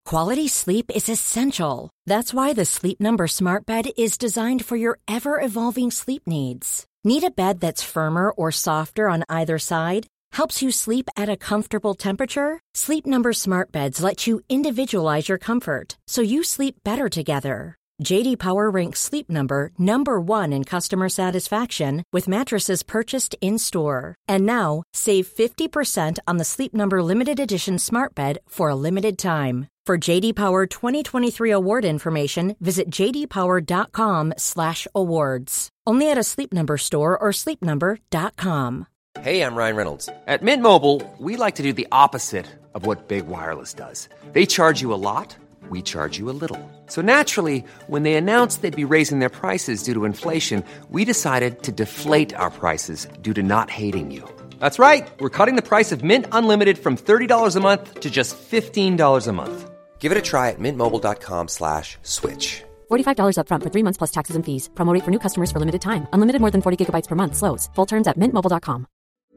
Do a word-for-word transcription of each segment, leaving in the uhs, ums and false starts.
Quality sleep is essential. That's why the Sleep Number Smart Bed is designed for your ever-evolving sleep needs. Need a bed that's firmer or softer on either side? Helps you sleep at a comfortable temperature? Sleep Number Smart Beds let you individualize your comfort, so you sleep better together. J D Power ranks Sleep Number number one in customer satisfaction with mattresses purchased in-store. And now, save fifty percent on the Sleep Number Limited Edition Smart Bed for a limited time. For J D Power twenty twenty-three award information, visit j d power dot com slash awards. Only at a Sleep Number store or sleep number dot com. Hey, I'm Ryan Reynolds. At Mint Mobile, we like to do the opposite of what Big Wireless does. They charge you a lot, we charge you a little. So naturally, when they announced they'd be raising their prices due to inflation, we decided to deflate our prices due to not hating you. That's right. We're cutting the price of Mint Unlimited from thirty dollars a month to just fifteen dollars a month. Give it a try at mintmobile.com slash switch. forty-five dollars up front for three months plus taxes and fees. Promo rate for new customers for limited time. Unlimited more than forty gigabytes per month. Slows full terms at mint mobile dot com.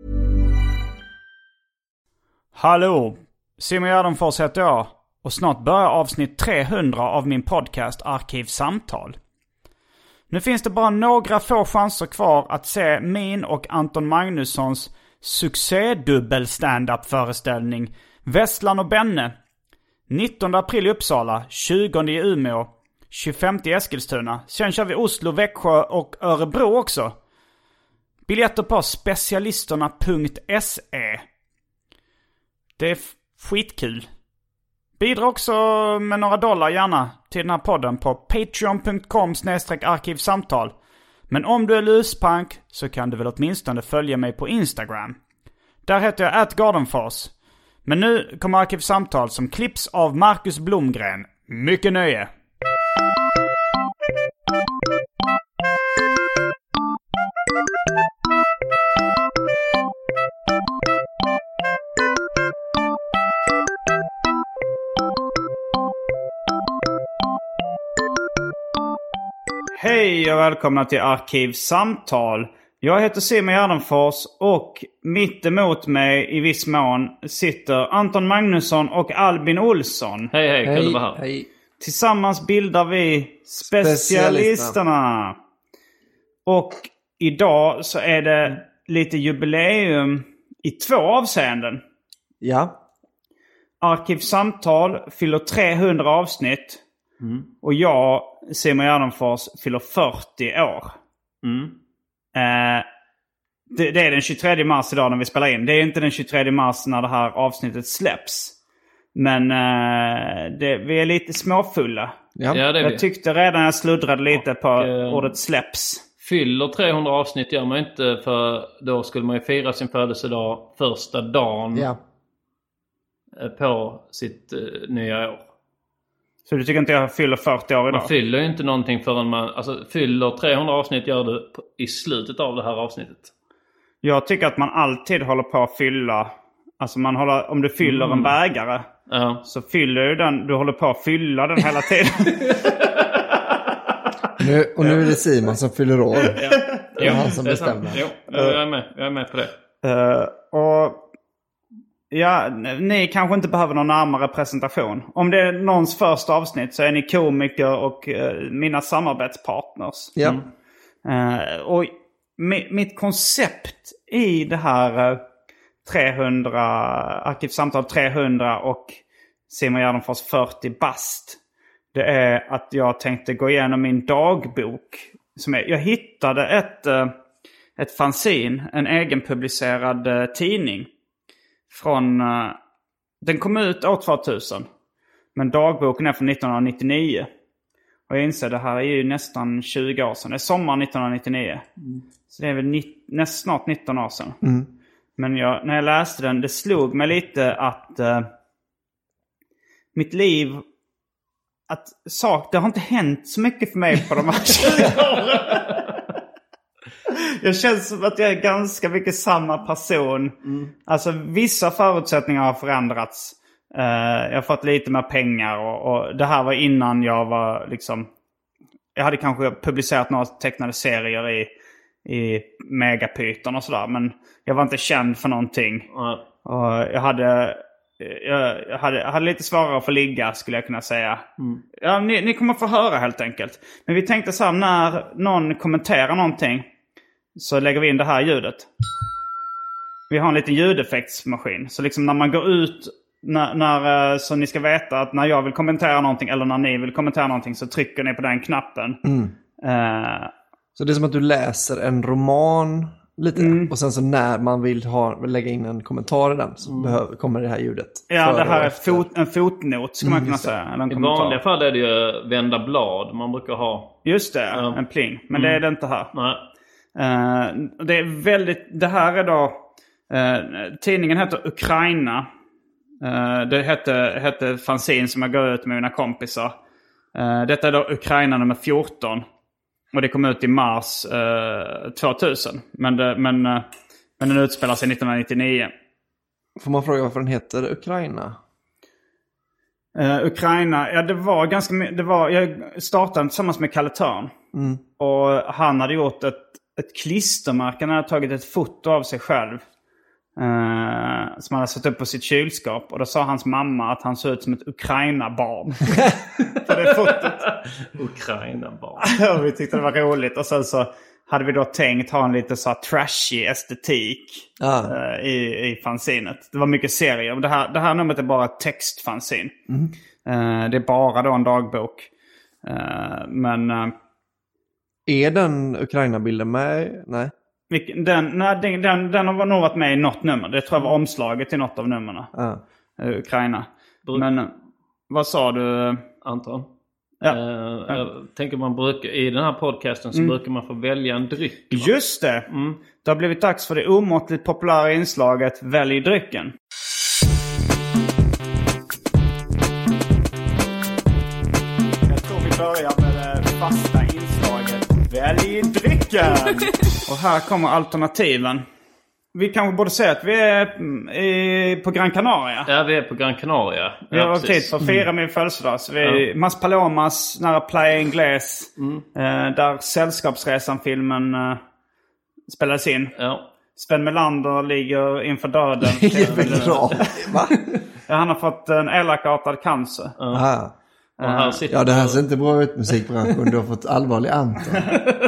Hallå, Simon Gärdenfors heter jag och snart börjar avsnitt trehundra av min podcast Arkivsamtal. Nu finns det bara några få chanser kvar att se min och Anton Magnussons succédubbel stand-up föreställning Vesslan och Benne. nittonde april i Uppsala, tjugonde i Umeå, tjugofemte i Eskilstuna. Sen kör vi Oslo, Växjö och Örebro också. Biljetter på specialisterna punkt se. Det är f- skitkul. Bidra också med några dollar gärna till den här podden på patreon punkt com slash arkivsamtal. Men om du är luspank så kan du väl åtminstone följa mig på Instagram. Där heter jag at Gardenfors. Men nu kommer Arkivsamtal som klipps av Marcus Blomgren. Mycket nöje! Hej och välkomna till Arkivsamtal. Jag heter Simon Gärdenfors och mitt emot mig i viss mån sitter Anton Magnusson och Albin Olsson. Hej hej, kul att vara här. Hej. Tillsammans bildar vi Specialisterna. Och idag så är det lite jubileum i två avseenden. Ja. Arkivsamtal fyller trehundra avsnitt. Mm. Och jag, Simon Gärdenfors, fyller fyrtio år. Mm. Eh, det, det är den tjugotredje mars idag när vi spelar in. Det är inte den tjugotredje mars när det här avsnittet släpps. Men eh, det, vi är lite småfulla. Ja. Ja, det är jag vi. tyckte redan jag sluddrade lite och, på eh, ordet släpps. Fyller trehundra avsnitt gör man inte, för då skulle man ju fira sin födelsedag första dagen Ja. på sitt eh, nya år. Så du tycker inte jag fyller fyrtio år idag? Man fyller ju inte någonting förrän man... Alltså fyller trehundra avsnitt gör du i slutet av det här avsnittet. Jag tycker att man alltid håller på att fylla... Alltså man håller, om du fyller Mm. en bägare Ja. så fyller du den... Du håller på att fylla den hela tiden. Nu, och nu är det Simon som fyller år. Ja. Det är han som det är sant. bestämmer. Jo, jag är med. Jag är med på det. Uh, och ja, ni kanske inte behöver någon närmare presentation. Om det är någons första avsnitt så är ni komiker och uh, mina samarbetspartners. Ja. Uh, och mi- mitt koncept i det här uh, trehundra, Arkivsamtal trehundra och Simon Gärdenfors fyrtio bast, det är att jag tänkte gå igenom min dagbok. Som är, jag hittade ett, uh, ett fanzin, en egenpublicerad uh, tidning. Från, uh, den kom ut år tvåtusen. Men dagboken är från nittonhundranittionio. Och jag inser det här är ju nästan tjugo år sedan. Det är sommar nittonhundranittionio. Mm. Så det är väl ni- näst, snart nitton år sedan. Mm. Men jag, när jag läste den, det slog mig lite att uh, mitt liv... Att sak, det har inte hänt så mycket för mig på de här tjugo åren. Jag känner som att jag är ganska mycket samma person. Mm. Alltså vissa förutsättningar har förändrats. Uh, jag har fått lite mer pengar. Och, och det här var innan jag var liksom... Jag hade kanske publicerat några tecknade serier i, i Megapyton och sådär. Men jag var inte känd för någonting. Mm. Och jag hade... jag, jag, hade, jag hade lite svårare att få ligga, skulle jag kunna säga. Mm. Ja, ni, ni kommer få höra helt enkelt. Men vi tänkte så här, när någon kommenterar någonting så lägger vi in det här ljudet. Vi har en liten ljudeffektsmaskin. Så liksom när man går ut, när, när, så ni ska veta att när jag vill kommentera någonting eller när ni vill kommentera någonting så trycker ni på den knappen. Mm. Uh, så det är som att du läser en roman lite. Mm. Och sen så när man vill ha, lägga in en kommentar i den så mm. behöver, kommer det här ljudet. Ja, det här är fot, en fotnot skulle mm, man kunna säga. Eller en I kommentar. vanliga fall är det ju vända blad man brukar ha. Just det, ja. En pling. Men mm. det är det inte här. Nej. Uh, det är väldigt, det här är då, uh, tidningen heter Ukraina. Uh, det hette, hette fanzine som jag går ut med mina kompisar. Uh, detta är då Ukraina nummer fjorton. Och det kom ut i mars uh, tvåtusen. Men, det, men, uh, men den utspelar sig nittonhundranittionio. Får man fråga varför den heter Ukraina? Uh, Ukraina, ja det var ganska det var, jag startade tillsammans med Kalle Törn. Mm. Och han hade gjort ett, ett klistermärke. Han hade tagit ett foto av sig själv. Uh, som han hade satt upp på sitt kylskåp. Och då sa hans mamma att han såg ut som ett Ukraina-barn. För det fotot. Ukraina-barn. Och vi tyckte det var roligt. Och sen så hade vi då tänkt ha en lite så här trashy estetik ah. uh, i, i fanzinet. Det var mycket serier. Det här, det här numret är bara textfanzin. Mm. Uh, det är bara då en dagbok. Uh, men... Uh, är den Ukraina-bilden med? Nej. Den, nej, den, den, den har nog varit med i något nummer. Det tror jag var omslaget till något av nummerna. Ah. Uh, Ukraina. Men uh, vad sa du, Anton? Ja. Uh, jag tänker man brukar, i den här podcasten så mm. brukar man få välja en dryck. Va? Just det. Mm. Det har blivit dags för det omåttligt populära inslaget Välj drycken. Jag tror vi börjar med det fasta inslaget Välj drycken. Och här kommer alternativen. Vi kanske borde säga att vi är i, på Gran Canaria. Ja, vi är på Gran Canaria. Vi har åkt hit för att fira min födelsedag. Så vi är ja. Mas Palomas, nära Playa Ingles. Mm. Eh, där Sällskapsresan-filmen eh, spelades in. Ja. Sven Melander ligger inför döden. Det är väl bra. Va? Ja, han har fått en elakartad cancer. Ja. Och här sitter ja, det här ser inte bra ut, musikbranschen. Du har fått allvarlig Anton.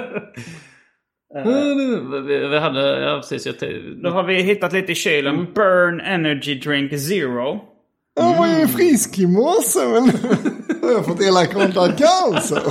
Uh, vi, vi hade, ja, precis, jag t- Då har vi hittat lite i kylen. Mm. Burn Energy Drink Zero. Jag var ju frisk i morse, men jag har fått elakartad cancer.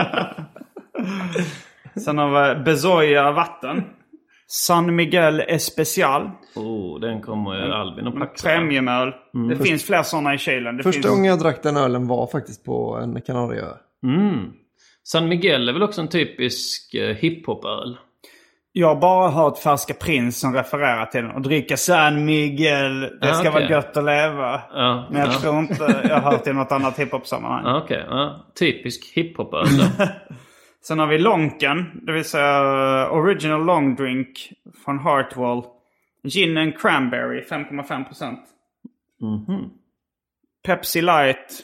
Sen har vi Bezoya vatten. San Miguel Especial. Oh, den kommer ju Albin och packa. Premiumöl. Mm. Det Först, finns fler sådana i kylen. Det första finns... gången jag drack den ölen var faktiskt på en Kanarieö. Mm. San Miguel är väl också en typisk uh, hiphop-öl? Jag har bara hört Färska Prins som refererar till den. Och dricka San Miguel. Det ska ah, okay. vara gött att leva. Ja, Men jag ja. tror inte jag har hört i något annat hiphop-sammanhang. Ah, Okej, okay. ah, typisk hiphop-öl. Sen har vi Lonken. Det vill säga Original Long Drink från Hartwell. Gin and Cranberry, fem komma fem procent. Mm-hmm. Pepsi Light.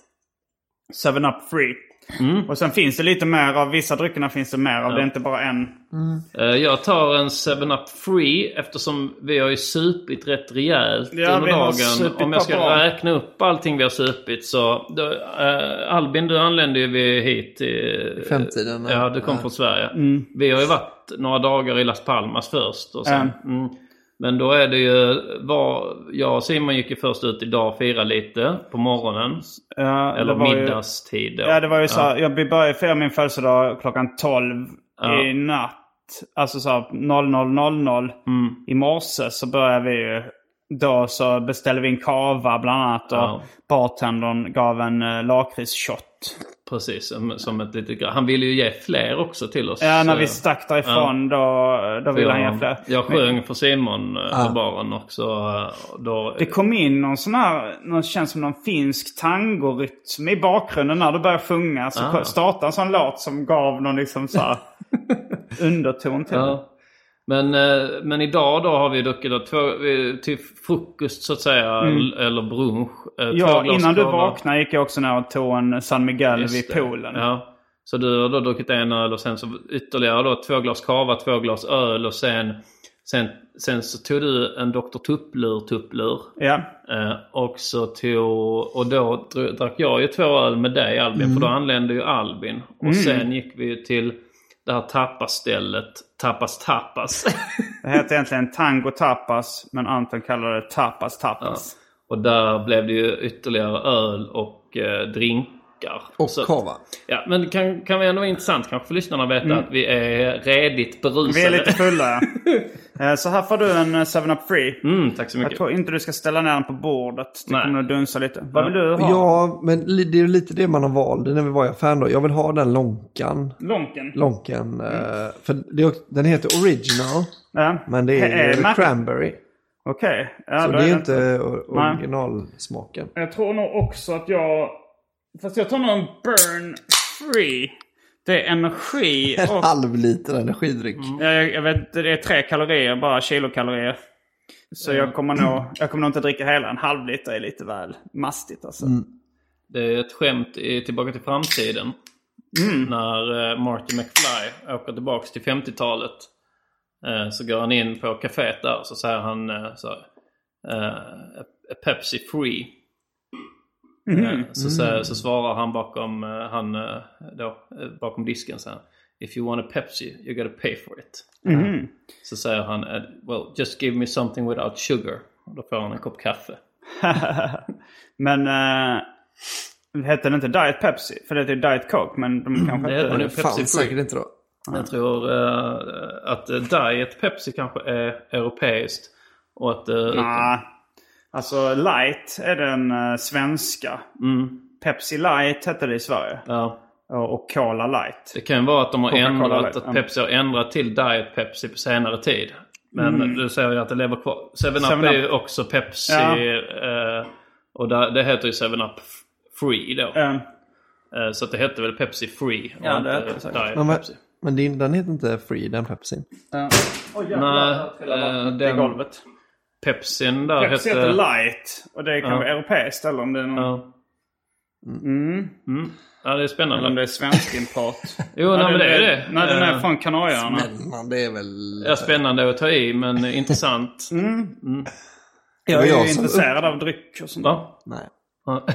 seven up Free. Mm. Och sen finns det lite mer av, vissa dryckerna finns det mer av, ja. Det är inte bara en. Mm. Jag tar en seven up Free eftersom vi har ju supit rätt rejält ja, under dagen. Om jag ska bra. räkna upp allting vi har supit så då, äh, Albin, du anlände ju vi hit i femtiden. Ja, du kom ja. från Sverige. Mm. Vi har ju varit några dagar i Las Palmas först och sen mm. Mm. Men då är det ju var, jag och Simon gick ju först ut idag och fira lite på morgonen. Ja, eller middagstid. Ju, ja, det var ju så. Ja. Jag började fira min födelsedag klockan tolv ja. i natt. Alltså så noll noll noll noll mm. i morse så började vi ju. Då så beställde vi en kava bland annat. Och ja. bartendern gav en uh, lakritsshot. Precis, som, som ett litet... Han ville ju ge fler också till oss. Ja, när vi stack därifrån ja. då, då ville han ge fler. Jag sjöng för Simon ja. på baren också. Då... Det kom in någon sån här, någon känns som någon finsk tangorytm i bakgrunden när du började sjunga. Så ah. startade en sån låt som gav någon liksom så här underton till ja. Men, men idag då har vi druckit då två, till frukost så att säga, mm. eller brunch. Ja, innan du vaknade gick jag också ner och tog en San Miguel Just vid poolen. Ja. Så du har då druckit en öl och sen så ytterligare då två glas kava, två glas öl och sen Sen, sen så tog du en doktor Tupplur Tupplur. Ja. Eh, och så tog... Och då drack jag ju två öl med dig, Albin. Mm. För då anlände ju Albin. Och mm. sen gick vi ju till det här tapasstället. Tapas Tapas. Det heter egentligen Tango Tapas. Men Anton kallar det Tapas Tapas. Ja. Och där blev det ju ytterligare öl och eh, drink. Och så, kava. Ja, men det kan, kan vara ändå intressant kanske för lyssnarna veta mm. att vi är redigt berusade. Vi är lite fulla. Så här får du en seven up Free. Mm, tack så mycket. Jag tror inte du ska ställa ner den på bordet. Det kommer att dunsa lite. Vad vill du ha? Ja, men det är ju lite det man har valt när vi var i affären då. Jag vill ha den lonkan. Lonken? Lonken. Mm. För det, den heter Original. Ja. Men det är He- cranberry. Okej. Okay. Ja, så det är inte originalsmaken. Jag tror nog också att jag... Fast jag tar nog en burn free. Det är energi. En och... halv liter energidryck. Mm. Jag, jag vet, det är tre kalorier, bara kilokalorier. Så mm. jag kommer nog jag kommer nog inte dricka hela. En halv liter är lite väl mastigt alltså. Mm. Det är ett skämt i Tillbaka till framtiden. Mm. När uh, Marty McFly åker tillbaka till femtiotalet. Uh, så går han in på kaféet där. Så säger han uh, så, uh, a Pepsi free. Mm. Så, så, så svarar han bakom han då, bakom disken så här: if you want a Pepsi you gotta pay for it. Mm. Så säger han well just give me something without sugar. Och då får han en kopp kaffe. Men uh, heter det inte Diet Pepsi? För det är Diet Coke, men de kanske det inte... Det Pepsi fan, säkert inte då. Jag tror uh, att uh, Diet Pepsi kanske är europeiskt och att uh, nah. Alltså light är den uh, svenska. Mm. Pepsi Light heter det i Sverige. Ja. Och, och Cola Light. Det kan vara att de har Coca-Cola ändrat Light. att Pepsi har ändrat till Diet Pepsi på senare tid. Men mm. du säger ju att det lever kvar. seven up är ju också Pepsi. Ja. Uh, och där, det heter ju seven up Free då. Mm. Uh, så att det heter väl Pepsi Free. Ja, det heter det. Diet men, Pepsi. Men din, den heter inte Free, den Pepsi. Ja. Oh, jävlar, Nej, uh, det är golvet. Pepsin där Pepsi heter Light. Och det är kanske ja. europeiskt eller om det är någon... Ja. Mm. Mm. Ja, det är spännande. Eller om det är svensk import. Jo, nej, men det är det. Nej, den är från Kanarieöarna. Spännande, det är väl... Ja, spännande att ta i, men intressant. Mm. Mm. Jag är ju jag intresserad som... av dryck och sånt. Ja. Nej. Ja.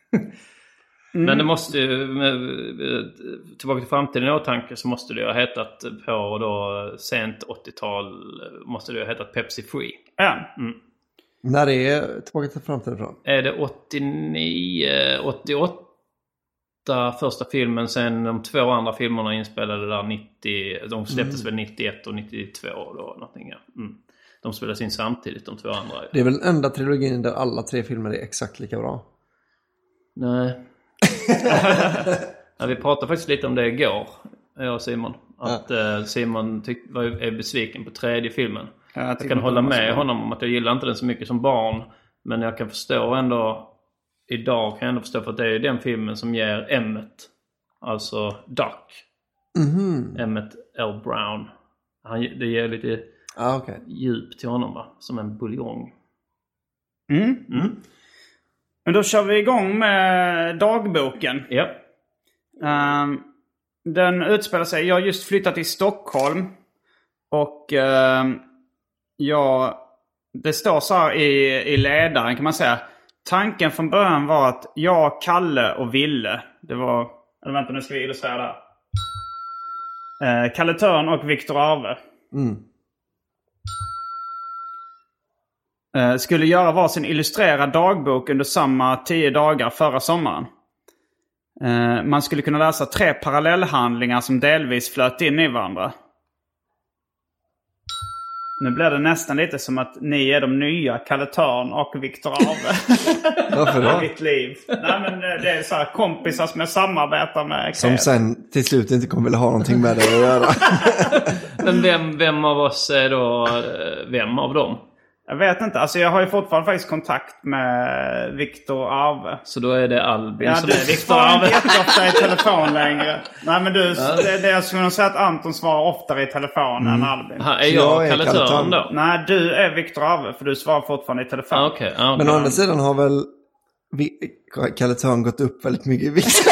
Mm. Men det måste ju, med, tillbaka till framtiden i åtanke, så måste det ju ha hetat på då sent åttiotal, måste det ju ha hetat Pepsi Free. Ja. Mm. När är tillbaka till framtiden från? Är det åttionio, åttioåtta första filmen, sen de två andra filmerna inspelade där nittio, de släpptes mm. väl nittioett och nittiotvå då, någonting, ja. Mm. De spelades in samtidigt, de två andra. Ja. Det är väl den enda trilogin där alla tre filmer är exakt lika bra? Nej. Ja, vi pratade faktiskt lite om det igår, jag och Simon. Att ja. Simon tyck, var, är besviken på tredje filmen. Ja, jag, jag kan hålla med honom om att jag gillar inte den så mycket som barn. Men jag kan förstå ändå, idag kan jag ändå förstå, för att det är den filmen som ger Emmet, alltså Duck. Mm-hmm. Emmet L. Brown. Han, det ger lite ah, okay. djup till honom, va? Som en buljong. Mm. Mm. Men då kör vi igång med dagboken. Ja. Um, den utspelar sig... Jag har just flyttat till Stockholm. Och um, jag... Det står så här i, i ledaren, kan man säga. Tanken från början var att jag, Kalle och Ville... Det var... Eller vänta, nu ska vi illustrera det här. Uh, Kalle Törn och Viktor Arve. Mm. Skulle göra varsin illustrerad dagbok under samma tio dagar förra sommaren. Man skulle kunna läsa tre parallellhandlingar som delvis flöt in i varandra. Nu blir det nästan lite som att ni är de nya Kalle Törn och Viktor Arve. Varför då? I mitt liv. Nej, men det är så här kompisar som jag samarbetar med. Som sen till slut inte kommer vilja ha någonting med det att göra. Men vem, vem av oss är då, vem av dem? Jag vet inte. Alltså jag har ju fortfarande faktiskt kontakt med Viktor Arve. Så då är det Albin ja, som det är Viktor Arve. Jag får ofta i telefon längre. Nej, men du, ja. det, det, jag skulle säga att Anton svarar oftare i telefon mm. än Albin. Ha, är jag, jag Kalle Törn då? Nej, du är Viktor Arve, för du svarar fortfarande i telefon. Ah, okay, ah, okay. Men å andra sidan har väl vi, Kalle Törn gått upp väldigt mycket i vikt.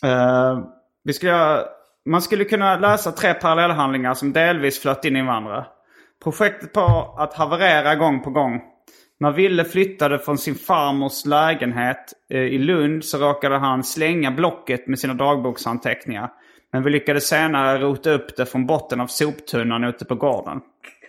Uh, vi skulle, man skulle kunna läsa tre parallellhandlingar som delvis flöt in i varandra. Projektet på att haverera gång på gång. När Ville flyttade från sin farmors lägenhet uh, i Lund så råkade han slänga blocket med sina dagboksanteckningar. Men vi lyckades senare rota upp det från botten av soptunnan ute på gården.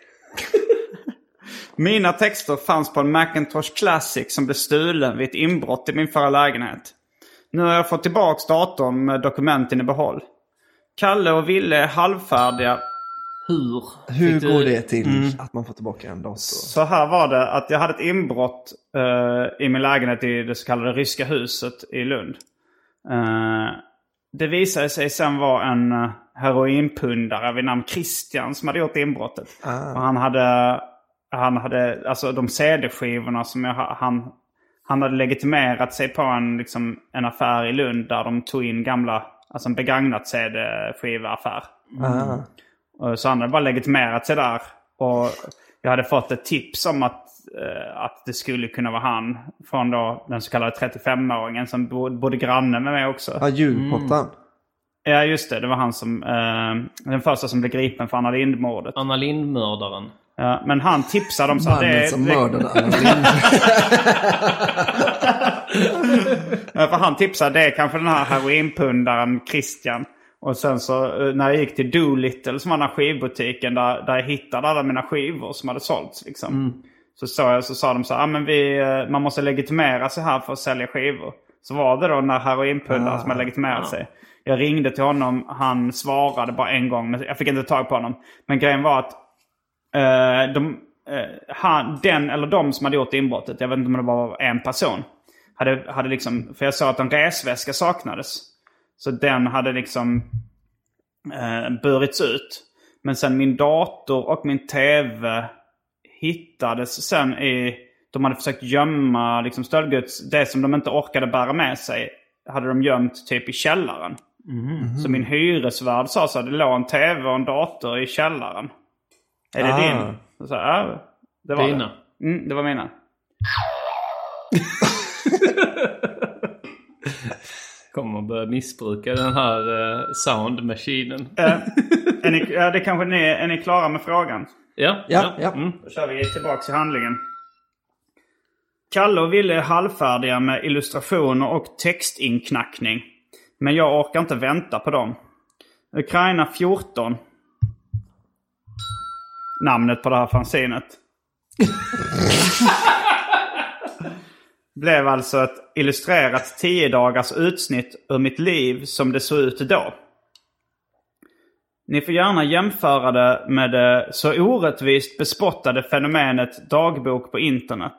Mina texter fanns på en Macintosh Classic som blev stulen vid ett inbrott i min förra lägenhet. Nu har jag fått tillbaks datorn med dokumenten i behåll. Kalle och Ville är halvfärdiga. Hur? Hur du... går det till mm. att man får tillbaka en dator? Så här var det att jag hade ett inbrott uh, i min lägenhet i det så kallade Ryska huset i Lund. Uh, det visade sig sen vara en uh, heroinpundare vid namn Christian som hade gjort inbrottet. Ah. Och han hade... Han hade, alltså de C D-skivorna som jag, han, han hade legitimerat sig på en, liksom, en affär i Lund där de tog in gamla, alltså en begagnat C D-skivaffär. Mm. Så han hade bara legitimerat sig där. Och jag hade fått ett tips om att, eh, att det skulle kunna vara han från då den så kallade trettiofem-åringen som bodde granne med mig också. Ja, julpottan. Mm. Ja, just det. Det var han som, eh, den första som blev gripen för Anna Lindh-mordet. Anna Lindh-mördaren. Ja, men han tipsade om så mannen det som det, mördade Anna Lindh. Ja, för han tipsade det är kanske den här heroinpundaren Christian. Och sen så när jag gick till Doolittle som var den här skivbutiken där, där jag hittade alla mina skivor som hade sålts liksom. Mm. Så, så, så sa de så ah, men vi, man måste legitimera sig här för att sälja skivor. Så var det då den här heroinpundaren ah, som hade legitimerat ah. sig. Jag ringde till honom, han svarade bara en gång, men jag fick inte tag på honom. Men grejen var att Uh, de, uh, han, den eller de som hade gjort inbrottet, jag vet inte om det var en person, hade, hade liksom, för jag sa att en resväska saknades. Så den hade liksom uh, burits ut. Men sen min dator och min tv hittades sen i, de hade försökt gömma liksom stöldgods, det som de inte orkade bära med sig hade de gömt typ i källaren. Mm. Så min hyresvärd sa så att det låg en tv och en dator i källaren. Är det ah. din? Så, ja, det var dina? Det. Mm, det var mina. Kommer att börja missbruka den här uh, soundmaskinen. Uh, är, ni, ja, det kanske ni, är ni klara med frågan? Ja. ja, ja. Mm. Då kör vi tillbaka till handlingen. Kalle och Ville är halvfärdiga med illustrationer och textinknackning. Men jag orkar inte vänta på dem. Ukraina fjorton. Namnet på det här fanzinet. Blev alltså ett illustrerat tio dagars utsnitt ur mitt liv som det såg ut då. Ni får gärna jämföra det med det så orättvist bespottade fenomenet dagbok på internet.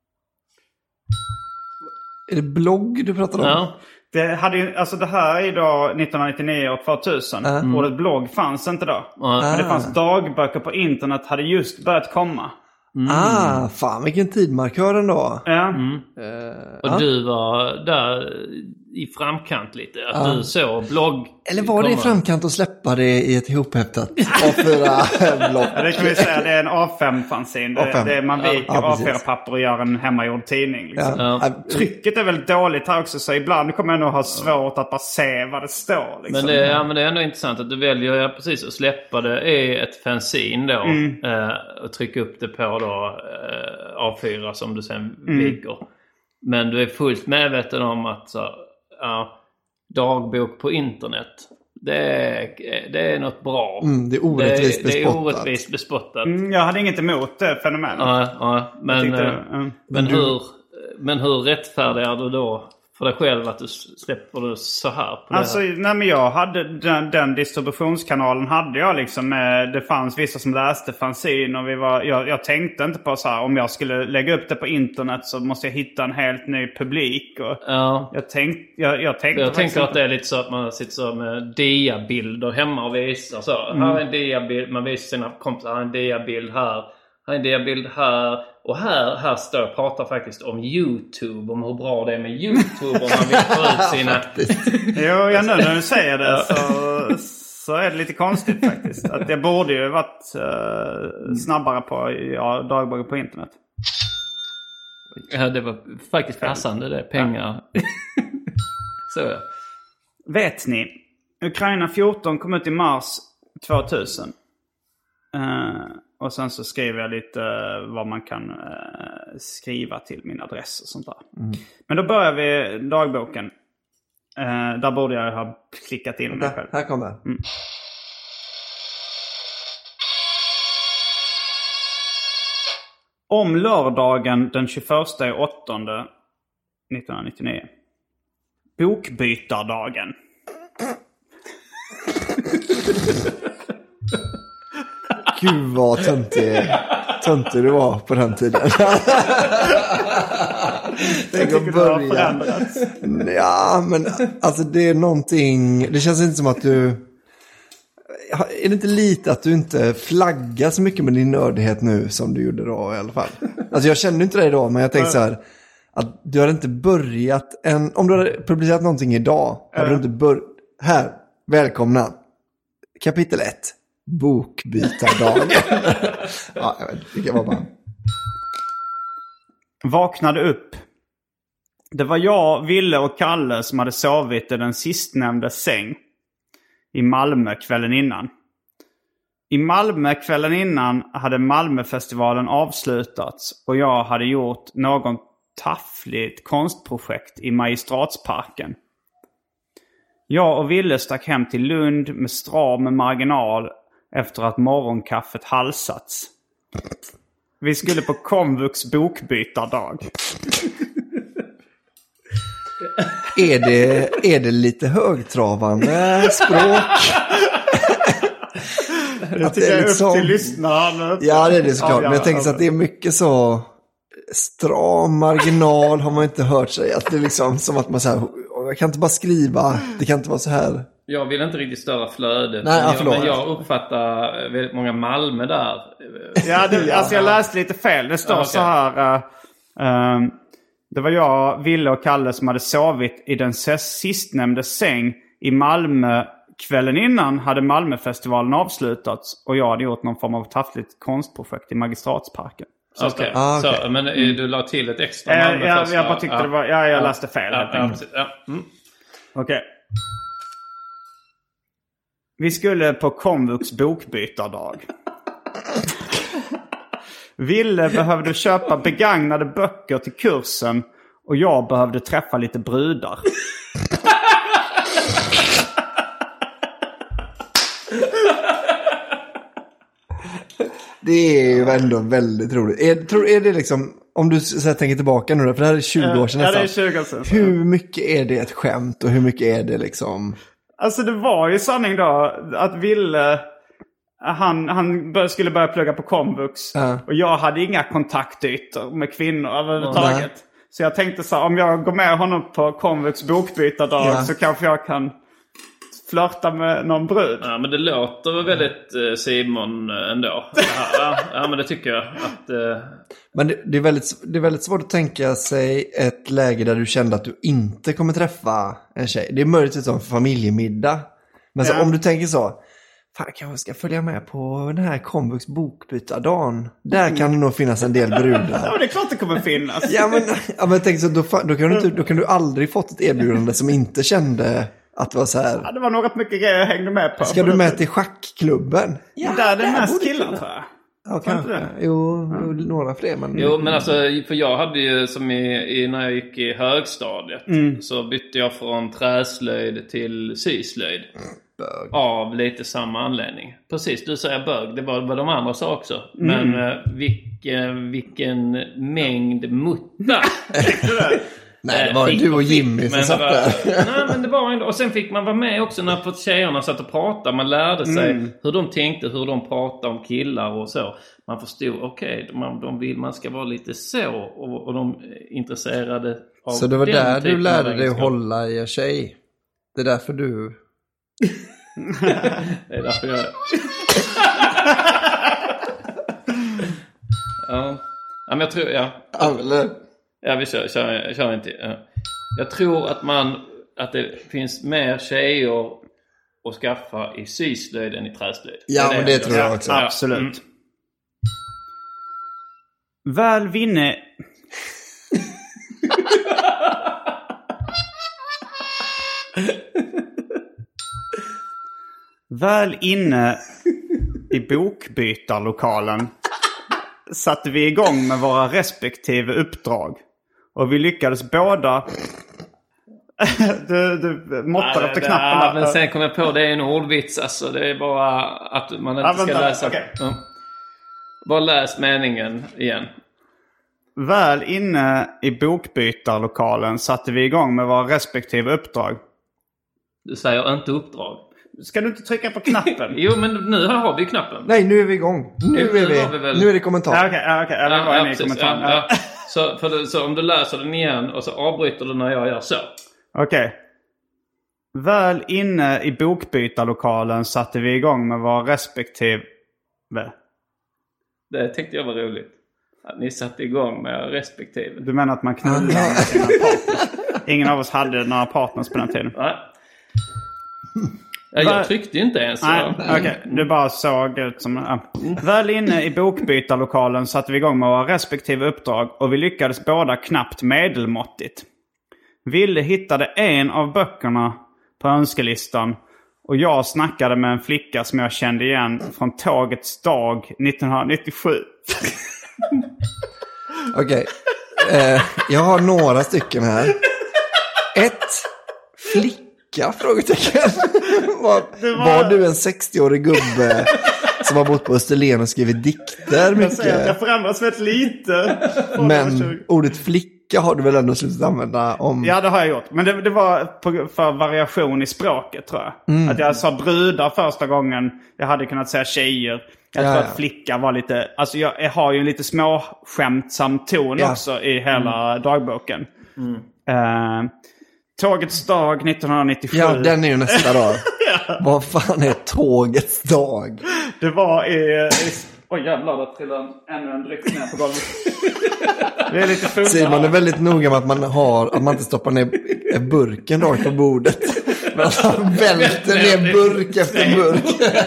Är det blogg du pratar om? Ja. Det, hade ju, alltså det här är då nittonhundranittionio och tvåtusen. Mm. Ordet blogg fanns inte då. Mm. Men det fanns dagböcker på internet hade just börjat komma. Mm. Ah, fan vilken tidmarkör ändå. Ja. Mm. Uh, och ja. Du var där i framkant lite. Att uh. du såg blogg. Eller var det i framkant att släppa det i ett ihophäftat A fyra block? Ja, det kan vi säga. Det är en A fem-fanzin. Det, det är man viker ja, A fyra-papper och gör en hemmagjord tidning. Liksom. Ja. Ja. Trycket är väl dåligt här också. Så ibland kommer jag nog ha svårt att bara se vad det står. Liksom. Men, det, ja, men det är ändå intressant att du väljer ja, precis att släppa det i ett fanzin då. Mm. Eh, och trycka upp det på då, eh, A fyra som du sen mm. viker. Men du är fullt medveten om att så, ja, dagbok på internet, det är, det är något bra. Mm, det är orättvist det, bespottat. Det är orättvist bespottat. Mm, jag hade inget emot det fenomenet. Ja, ja, men, tyckte, äh, mm. men, hur, men hur rättfärdigar du då för dig själv att du släpper det så här på alltså, det här? Nej, men jag hade den, den distributionskanalen hade jag liksom. Eh, det fanns vissa som läste fanzin och vi var, jag, jag tänkte inte på så här, om jag skulle lägga upp det på internet så måste jag hitta en helt ny publik. Och ja. Jag, tänk, jag, jag tänkte Jag tänker att det är lite så att man sitter så med diabilder hemma och visar så. Mm. Här är en diabild, man visar sina kompisar, här är en diabild här. Här är en diabild här. Och här, här står jag pratar faktiskt om YouTube. Om hur bra det är med YouTube. Om man vill få ut sina... Jo, jag nu när du säger det så, så är det lite konstigt faktiskt. Att det borde ju varit uh, snabbare på ja, dagböcker på internet. Ja, det var faktiskt passande det. Pengar. Ja. Så ja. vet ni, Ukraina fjorton kom ut i mars tvåtusen. Uh, och sen så skriver jag lite uh, vad man kan uh, skriva till min adress och sånt där. Mm. Men då börjar vi dagboken. Uh, där borde jag ha klickat in mig själv. Här kommer det. Mm. Om lördagen den tjugoförsta i åttonde nittonhundranittionio. Bokbytardagen. Gud vad töntig, töntig du var på den tiden. Jag tycker det har förändrats. Ja, men alltså det är någonting. Det känns inte som att du... Är det inte lite att du inte flaggar så mycket med din nördighet nu som du gjorde då i alla fall? Alltså jag kände inte det då, men jag tänkte så här att du hade inte börjat en... Om du hade publicerat någonting idag, hade du inte börjat... Här, välkomna. Kapitel ett. Bokbytardagen. Ja, jag vet, det kan vara bara... Vaknade upp. Det var jag, Ville och Kalle som hade sovit i den sistnämnda säng i Malmö kvällen innan. I Malmö kvällen innan hade Malmöfestivalen avslutats och jag hade gjort någon taffligt konstprojekt i Magistratsparken. Jag och Ville stack hem till Lund med stram marginal efter att morgonkaffet halsats. Vi skulle på Komvux bokbytardag. Är det, är det lite högtravande språk? Jag tycker det är liksom... upp till lyssnaren. Ja, det är det såklart. Ja, ja, men jag tänker så att det är mycket så stram marginal har man inte hört sig. Att det är liksom som att man så här, jag kan inte bara skriva, det kan inte vara så här. Jag vill inte riktigt störa flödet. Nej, men, ja, jag, men jag uppfattar väldigt många Malmö där. Ja, det, alltså jag läste lite fel. Det står ah, okay. så här... Uh, um, det var jag, Ville och Kalle som hade sovit i den sistnämnda säng i Malmö. Kvällen innan hade Malmöfestivalen avslutats och jag hade gjort någon form av taffligt konstprojekt i Magistratsparken. Okej, okay. ah, okay. Så, men mm. du la till ett extra Malmö ja, jag, jag bara tyckte ja. det var... Ja, jag läste fel. Ja, ja, ja. Mm. Okej. Okay. Vi skulle på Komvux bokbytardag. Ville behövde köpa begagnade böcker till kursen och jag behövde träffa lite brudar. Det är ju ändå väldigt roligt. Är, tror, är det liksom, om du så här, tänker tillbaka nu då, för det här är tjugo år sedan nästan. Ja, det är tjugo år sedan. Hur mycket är det ett skämt och hur mycket är det liksom... Alltså det var ju sanning då att Ville... Han, han bör, skulle börja plugga på Komvux. Uh. Och jag hade inga kontaktytor med kvinnor överhuvudtaget. Uh. Så jag tänkte så här, om jag går med honom på Komvux bokbytardag uh. så kanske jag kan flörta med någon brud. Ja, men det låter väldigt eh, Simon ändå. Ja, ja, ja, men det tycker jag. Att, eh... Men det, det, är väldigt, det är väldigt svårt att tänka sig ett läge där du kände att du inte kommer träffa en tjej. Det är möjligtvis som familjemiddag. Men så, ja. Om du tänker så... Fan, jag kanske ska följa med på den här Komvux bokbytardagen. Där kan det nog finnas en del brudar. Ja, det är klart det kommer finnas. Ja, men, ja, men tänk så, då, då, kan du inte, då kan du aldrig fått ett erbjudande som inte kände att det var så här. Ja, det var något mycket grejer jag hängde med på. Ska du med till schackklubben? Ja, där är det mest killar, tror jag. Ja, kanske. Jo, jo, några fler. Men... Jo, men alltså, för jag hade ju som i, i när jag gick i högstadiet mm. så bytte jag från träslöjd till syslöjd. Bög. Av lite samma anledning. Precis, du säger bög. Det var, var de andra sa också. Mm. Men uh, vilken, vilken mängd mutta. Nej, det var ju du och Jimmy som satt där. Nej, men det var ändå. Och sen fick man vara med också när för tjejerna satt och pratade. Man lärde sig mm. hur de tänkte, hur de pratade om killar och så. Man förstod, okej, okay, man, de vill, man ska vara lite så. Och, och de är intresserade av. Så det var där du lärde dig att hålla i en tjej. Det är därför du... Det är därför jag... Ja. Ja, men jag tror, ja. Eller... Ja, vi kör, kör, kör inte. Ja. Jag tror att man, att det finns mer tjejer att skaffa i syslöjd än i träslöjd. Ja, det men det, det tror jag, jag också. Ja, absolut. Mm. Väl vinne... Väl inne i bokbytarlokalen satte vi igång med våra respektive uppdrag. Och vi lyckades båda... du, du måttar efter knappen där. Men sen kom jag på, det är en ordvits. Alltså, det är bara att man inte ja, ska vänta, läsa... Okay. Ja. Bara läs meningen igen. Väl inne i bokbytarlokalen satte vi igång med våra respektive uppdrag. Du säger inte uppdrag. Ska du inte trycka på knappen? Jo, men nu har vi knappen. Nej, nu är vi igång. Nu, nu, är, vi, vi väl... nu är det kommentar. Ja, okej. Okay, okay. Ja, ja, ja, ja, ja, ja. Så, för det, så om du läser den igen och så avbryter du när jag gör så. Okej. Okay. Väl inne i bokbytarlokalen satte vi igång med våra respektive... Det tänkte jag var roligt. Att ni satte igång med respektive. Du menar att man knullar med sina partners? Ingen av oss hade några partners på den tiden. Nej. Ja, jag tryckte ju inte ens. Nej, okej. Okay. Du bara såg ut som... Ja. Väl inne i bokbytarlokalen satte vi igång med våra respektive uppdrag. Och vi lyckades båda knappt medelmåttigt. Ville hittade en av böckerna på önskelistan. Och jag snackade med en flicka som jag kände igen från tågets dag nittonhundranittiosju. Okej. Okay. Eh, jag har några stycken här. Ett. Flicka? Frågetecken. var, var... var du en sextioårig gubbe som har bott på Österlen och skrivit dikter? Mycket? Jag säger att jag förändras väldigt lite. Men ordet flicka har du väl ändå slutat använda om... Ja, det har jag gjort. Men det, det var på, för variation i språket, tror jag. Mm. Att jag sa brudar första gången. Jag hade kunnat säga tjejer. Jag tror ja, att flicka var lite... Alltså jag, jag har ju en lite småskämtsam ton ja. också i hela mm. dagboken. Mm. Uh, Tågets dag nittonhundranittiosju. Ja, den är ju nästa dag. ja. Vad fan är tågets dag? Det var i... i Oj jävlar, där trillade ännu en dryck ner på golvet. Det är lite fulla. Simon är väldigt noga med att man har... Att man inte stoppar ner burken rakt på bordet. Men att han välter ner burk efter burk.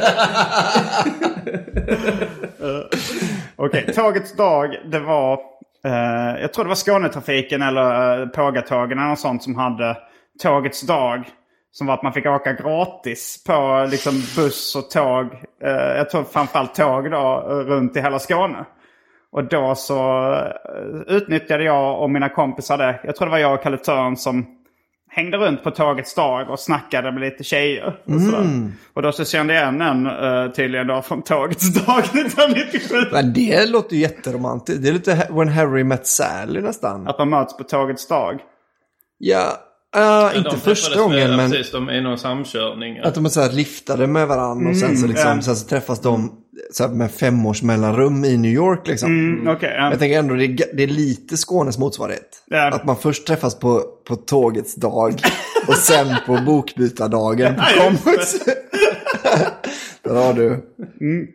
Okej, okay, tågets dag, det var... Uh, jag tror det var Skånetrafiken eller uh, Pågatågen eller något sånt som hade tågets dag. Som var att man fick åka gratis på liksom, buss och tåg. Uh, jag tror framförallt tåg då, uh, runt i hela Skåne. Och då så uh, utnyttjade jag och mina kompisar det. Jag tror det var jag och Kalle Törn som hängde runt på tågets dag och snackade med lite tjejer. Och, mm. och då så kände jag igen en uh, tydligen då från tågets dag nittonhundranittiosju. Men det låter ju jätteromantiskt. Det är lite When Harry Met Sally nästan. Att man möts på tågets dag. Ja, uh, ja inte första gången med, men... Precis, de är någon samkörning. Att de är så här liftade med varandra och sen så, liksom, mm. sen så träffas de så här med femårs mellanrum i New York liksom. Mm, okay, yeah. Jag tänker ändå det är, det är lite Skånes motsvarighet. Yeah. Att man först träffas på, på tågets dag och sen på bokbytardagen. Där har du. Mm.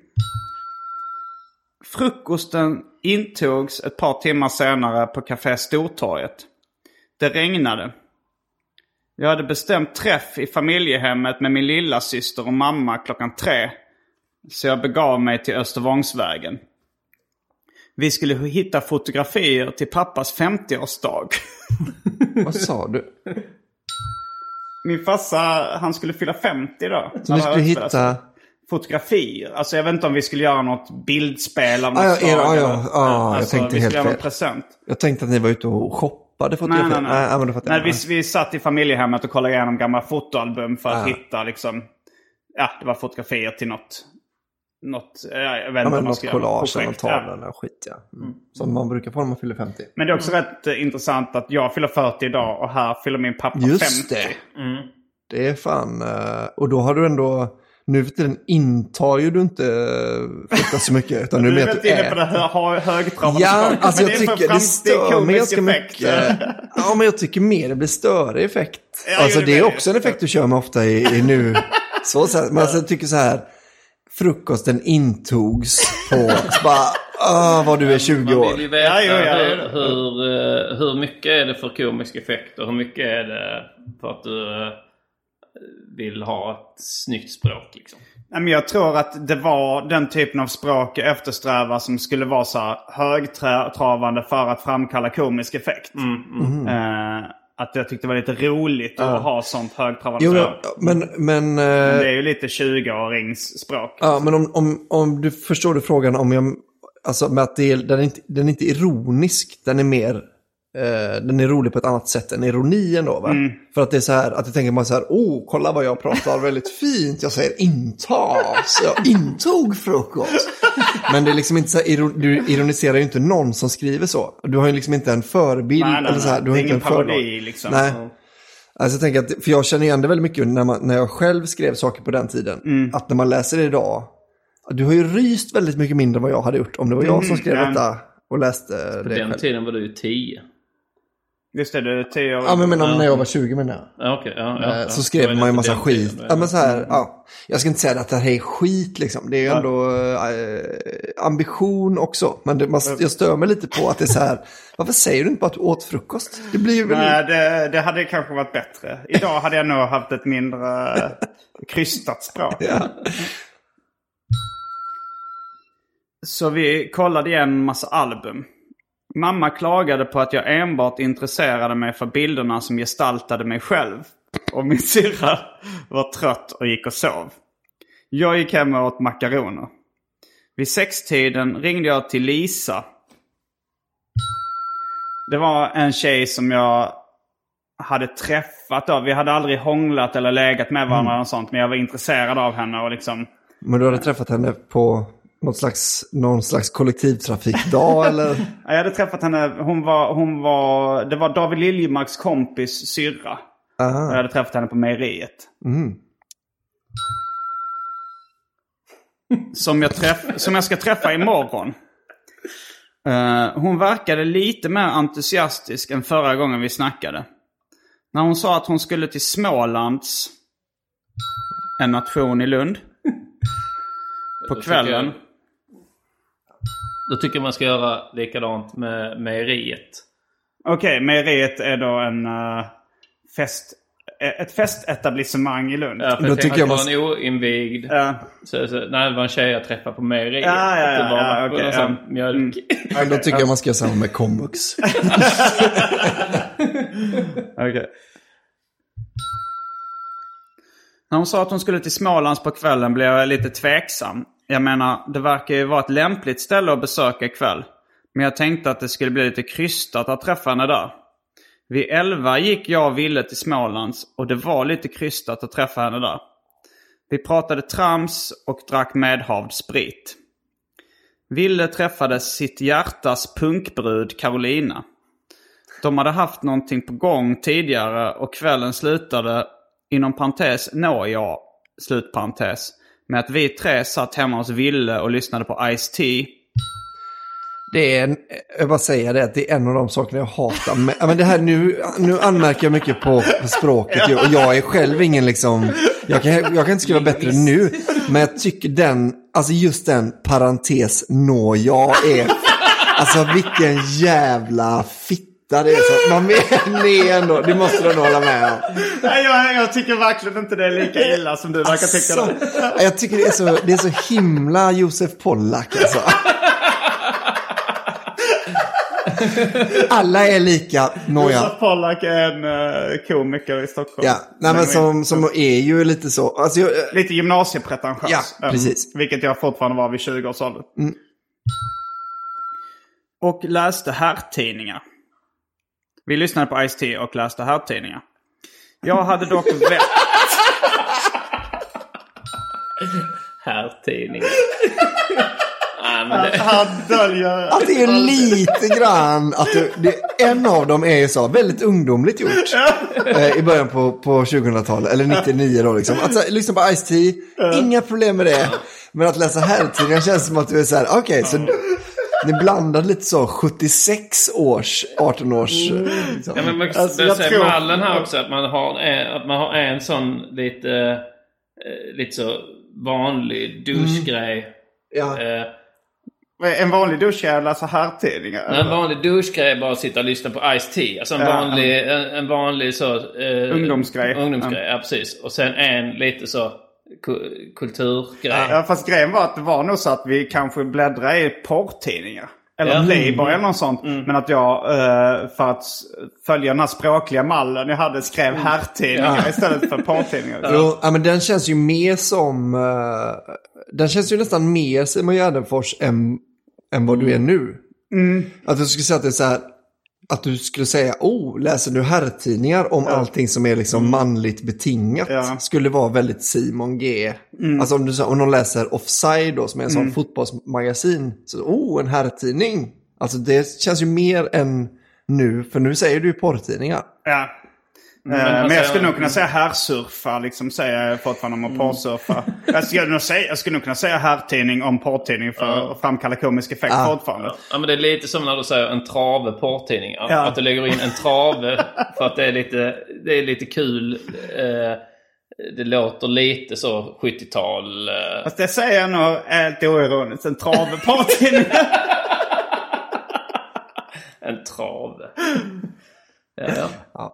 Frukosten intogs ett par timmar senare på Café Stortorget. Det regnade. Jag hade bestämt träff i familjehemmet med min lilla syster och mamma klockan tre. Så jag begav mig till Östervångsvägen. Vi skulle hitta fotografier till pappas femtioårsdag. Vad sa du? Min farsa, han skulle fylla femtio då. Så vi skulle hitta... fotografier. Alltså jag vet inte om vi skulle göra något bildspel av något ah, ja, slag. Ja, ja, ja. Alltså, jag tänkte vi helt skulle göra fel. Present. Jag tänkte att ni var ute och shoppade fotografier. Nej, nej, nej. nej, nej vi, vi satt i familjehemmet och kollade igenom gamla fotoalbum för att ah. hitta liksom... Ja, det var fotografier till något... något jag vet ja, inte något collage eller tavlor och skit, ja. Mm. Som man brukar få när man fyller femtio. Men det är också mm. rätt intressant att jag fyller fyrtio idag och här fyller min pappa Just femtio. Det. Mm. Det är fan... Och då har du ändå... Nu för tiden intar ju du inte fruktansvärt så mycket. Utan du, du är mer väldigt inne på det här högtravande. Ja, alltså jag tycker det stör mig ganska mycket. Ja, men jag tycker mer det blir större effekt. Ja, alltså det är också en effekt du kör med ofta i, i nu. Så, så här, men alltså jag tycker så här. Frukosten intogs på... Så bara, ah, vad du är tjugo år. Man vill ju veta ja, ja, ja. Hur, hur, hur mycket är det för komisk effekt och hur mycket är det för att du vill ha ett snyggt språk liksom. Nej, men jag tror att det var den typen av språk eftersträva som skulle vara så här högtravande för att framkalla komisk effekt. Mm, mm. Uh, att jag tyckte det var lite roligt ja. att ha sånt högtravande. Jo, ja, men, men, men det är ju lite tjugo-årings språk. Ja, men om, om, om du förstår du frågan om jag... Alltså med att det är, den, är inte, den är inte ironisk, den är mer... Eh, den är rolig på ett annat sätt än ironien då, va? Mm. För att det är så här, att jag tänker man så här, åh, kolla vad jag pratar väldigt fint. Jag säger intas, jag intog frukost. Men det är liksom inte så här, du ironiserar ju inte någon som skriver så. Du har ju liksom inte en förebild. Nej, nej, eller så här, du har det är inte ingen en parodi liksom. Nej. Mm. Alltså jag tänker att, för jag känner igen det väldigt mycket när, man, när jag själv skrev saker på den tiden. Mm. Att när man läser det idag, du har ju ryst väldigt mycket mindre än vad jag hade gjort om det var jag som skrev mm. detta och läste på det den själv. Tiden var du ju tio. Visst är det tio år? Ja, men, men när jag var tjugo menar jag. Ja, okay, ja, ja, så skrev man ju en massa skit. Tiden, ja, men så här, mm. ja. Jag ska inte säga att det här är skit liksom. Det är ju ja. ändå äh, ambition också. Men det, man, jag stör mig lite på att det är så här. Varför säger du inte bara att du åt frukost? Det blir ju väl... Nej, det, det hade kanske varit bättre. Idag hade jag nog haft ett mindre krystat språk. Ja. Så vi kollade igen en massa album. Mamma klagade på att jag enbart intresserade mig för bilderna som gestaltade mig själv. Och min syrra var trött och gick och sov. Jag gick hem och åt makaroner. Vid sextiden ringde jag till Lisa. Det var en tjej som jag hade träffat då. Vi hade aldrig hånglat eller legat med varandra mm. och sånt. Men jag var intresserad av henne och liksom... Men du hade träffat henne på... Någon slags, någon slags kollektivtrafikdag eller? Jag hade träffat henne, hon var, hon var, det var David Liljemarks kompis syrra. Aha. Jag hade träffat henne på mejeriet. Mm. Som, jag träff, som jag ska träffa imorgon. Uh, hon verkade lite mer entusiastisk än förra gången vi snackade. När hon sa att hon skulle till Smålands, en nation i Lund, på kvällen. Då tycker jag man ska göra likadant med mejeriet. Okej, okay, mejeriet är då en uh, fest, ett festetablissemang i Lund. Ja, för då jag tycker jag att det var en oinvigd. Ja. Så, så, nej, det var en tjej jag träffade på mejeriet. Ja, ja, ja. Det var ja, okay, ja. mjölk. Mm. Ja, då tycker jag man ska göra samma med komvux. Okej. Okay. När hon sa att hon skulle till Smålands på kvällen blev jag lite tveksam. Jag menar, det verkar ju vara ett lämpligt ställe att besöka ikväll. Men jag tänkte att det skulle bli lite krystat att träffa henne där. Vid elva gick jag och Ville till Smålands och det var lite krystat att träffa henne där. Vi pratade trams och drack medhavd sprit. Ville träffade sitt hjärtas punkbrud Carolina. De hade haft någonting på gång tidigare och kvällen slutade... Inom parentes, nå jag, slutparentes, med att vi tre satt hemma hos Ville och lyssnade på Ice-T. Det är en, jag bara säger det, att det är en av de sakerna jag hatar. Men, men det här, nu, nu anmärker jag mycket på språket. Och jag är själv ingen liksom, jag kan, jag kan inte skriva bättre nu. Men jag tycker den, alltså just den parentes, nå jag är, alltså vilken jävla fitt. Det är så. Man är ändå, det måste du ändå hålla med om. Nej, jag, jag tycker verkligen inte det är lika illa som du verkar alltså, tycka det. Jag tycker det är så, det är så himla Josef Pollack alltså. Alla är lika noja. Josef Pollack är en uh, komiker i Stockholm. Ja, nej, men som, som är ju lite så. Alltså, jag, lite gymnasiepretentiös. Ja, precis. Um, vilket jag fortfarande var vid tjugo års ålder. Mm. Och läste herrtidningar. Vi lyssnade på Ice-T och läste herrtidningar. Jag hade dock vett. Herrtidningar. Han döljer. Att det är lite grann att du, det, en av dem är ju så väldigt ungdomligt gjort eh, i början på, på tjugohundratalet eller nittionio då liksom. Att så, lyssna på Ice-T, inga problem med det. Men att läsa herrtidningar känns som att du är så här, okej, okay, så det blandade lite så sjuttiosex års, arton års. Mm. Liksom. Ja, men man kan alltså, säga tror... mallen här också att man har en, att man har en sån lite eh, lite så vanlig duschgrej. Mm. Ja. Eh, En vanlig duschgrej är alltså herrtidningar? En vanlig duschgrej är bara att sitta och lyssna på Ice-T. Alltså en ja, vanlig, en, en vanlig så... Eh, ungdomsgrej. Ungdomsgrej, ja. Ja precis. Och sen en lite så ku- kulturgrej. Ja, fast grejen var att det var nog så att vi kanske bläddrade i porrtidningar. Eller Ja. Playboy Mm. eller något sånt. Mm. Men att jag uh, för att följa den här språkliga mallen jag hade skrev herrtidningar Ja. istället för porrtidningar. Jo, ja, men den känns ju mer som... Uh, den känns ju nästan mer Simon Gärdenfors än, än vad du är nu. Mm. Att du skulle säga att det är så här... Att du skulle säga, oh, läser du herrtidningar om Ja. allting som är liksom Mm. manligt betingat. Ja. Skulle vara väldigt Simon G. Mm. Alltså om, du, om någon läser Offside då, som är en sån Mm. fotbollsmagasin. Så, oh, en herrtidning. Alltså det känns ju mer än nu, för nu säger du ju porrtidningar. Ja. Men, Eh, man men jag säger- skulle nog kunna säga herrsurfa, liksom säga fortfarande om att porrsurfa. Jag skulle nog säga, jag skulle nog kunna säga herrtidning om porrtidning för Ja. att framkalla komisk effekt Ah. fortfarande. Ja, men det är lite som när du säger en trave porrtidning. Ja. Ja. Att du lägger in en trave för att det är lite, det är lite kul. Eh, det låter lite så sjuttiotal. Eh. Fast det säger jag nog helt oironiskt. En trave porrtidning. En trave. Ja, ja. Ja.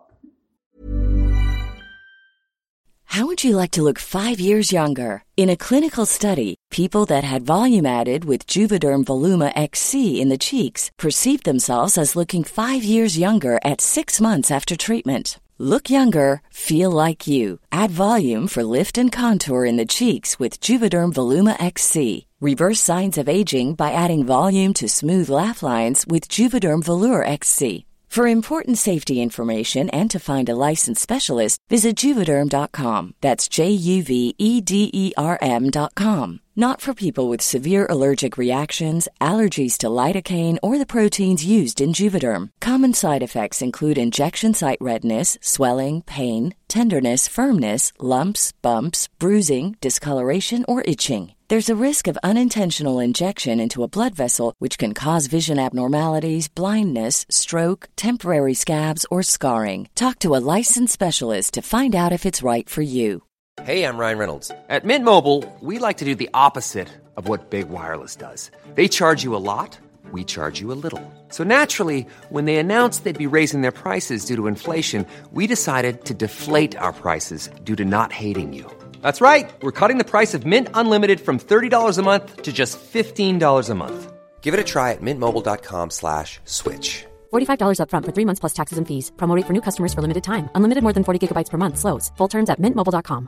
How would you like to look five years younger? In a clinical study, people that had volume added with Juvederm Voluma X C in the cheeks perceived themselves as looking five years younger at six months after treatment. Look younger, feel like you. Add volume for lift and contour in the cheeks with Juvederm Voluma X C. Reverse signs of aging by adding volume to smooth laugh lines with Juvederm Volure X C. For important safety information and to find a licensed specialist, visit Juvederm dot com. That's J U V E D E R M dot com. Not for people with severe allergic reactions, allergies to lidocaine, or the proteins used in Juvederm. Common side effects include injection site redness, swelling, pain, tenderness, firmness, lumps, bumps, bruising, discoloration, or itching. There's a risk of unintentional injection into a blood vessel, which can cause vision abnormalities, blindness, stroke, temporary scabs, or scarring. Talk to a licensed specialist to find out if it's right for you. Hey, I'm Ryan Reynolds. At Mint Mobile, we like to do the opposite of what Big Wireless does. They charge you a lot, we charge you a little. So naturally, when they announced they'd be raising their prices due to inflation, we decided to deflate our prices due to not hating you. That's right. We're cutting the price of Mint Unlimited from thirty dollars a month to just fifteen dollars a month. Give it a try at mintmobile.com slash switch. forty-five dollars up front for three months plus taxes and fees. Promo rate for new customers for limited time. Unlimited more than forty gigabytes per month slows. Full terms at mint mobile dot com.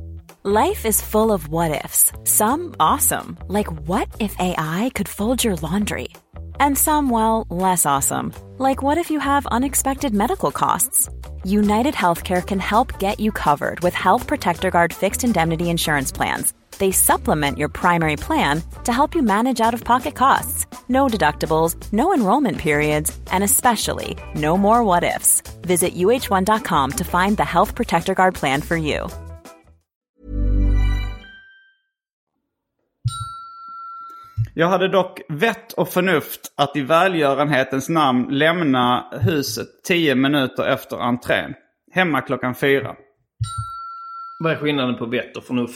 Life is full of what-ifs. Some awesome, like what if A I could fold your laundry? And some, well, less awesome, like what if you have unexpected medical costs? United Healthcare can help get you covered with Health Protector Guard fixed indemnity insurance plans. They supplement your primary plan to help you manage out-of-pocket costs. No deductibles, no enrollment periods, and especially no more what-ifs. Visit U H one dot com to find the Health Protector Guard plan for you. Jag hade dock vett och förnuft att i välgörenhetens namn lämna huset tio minuter efter entrén. Hemma klockan fyra. Vad är skillnaden på vett och förnuft?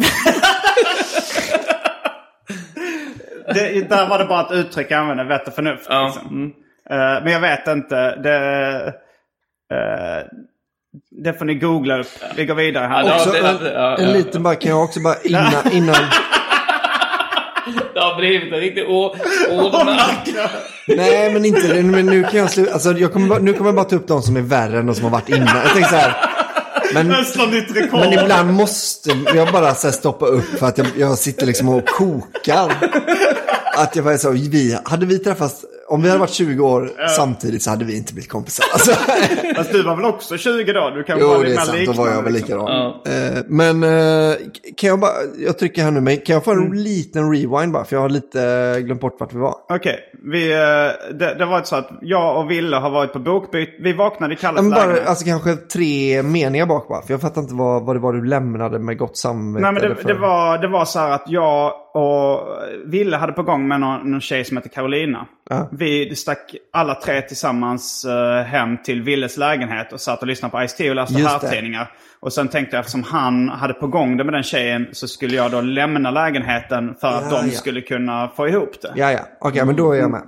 Det, där var det bara ett uttryck jag använde, vett och förnuft. Ja. Liksom. Mm. Uh, men jag vet inte. Det, uh, det får ni googla upp. Vi går vidare här. Ja, Också, det- en, det- ja, en ja. liten bara, kan jag också bara innan... innan Det har blivit en riktig ord- ordmark. nej, men inte det. Men nu kan jag sluta. Alltså, jag kommer bara, nu kommer jag bara ta upp de som är värre än de som har varit innan. Jag tänker så här. Men, Nästa nytt rekord. men ibland måste jag bara så här, stoppa upp för att jag, jag sitter liksom och kokar. Att jag var så, vi, hade vi träffats, om vi hade varit tjugo år samtidigt så hade vi inte blivit kompisar. Alltså. Fast du var väl också tjugo då? Du kan Jo, vara det är lite sant. mer Då var jag väl liksom. likadan. Ja. Eh, men eh, kan jag bara, jag trycker här nu, men kan jag få en Mm. liten rewind bara? För jag har lite glömt bort vart vi var. Okej, vi, eh, det, det var så att jag och Ville har varit på bokbyt. Vi vaknade i Kalles Men bara, lägenhet. alltså kanske tre meningar bak bara. För jag fattar inte vad, vad det var du lämnade med gott samvete. Nej, men eller det, för- det, var, det var så här att jag och Ville hade på gång med någon, någon tjej som heter Carolina. Ja. Vi stack alla tre tillsammans eh, hem till Villes lägenhet och satt och lyssnade på Ice-T och läste Just det. herrtidningar. Och sen tänkte jag, eftersom han hade på gång det med den tjejen, så skulle jag då lämna lägenheten för att Ja, de ja. skulle kunna få ihop det. Ja, ja. Okej, men då är jag med.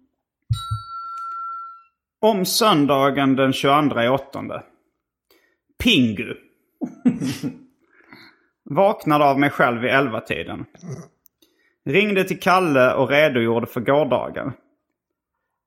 Om söndagen den tjugoandra i åttonde. Pingu. Vaknade av mig själv vid elva-tiden. Ringde till Kalle och redogjorde för gårdagen.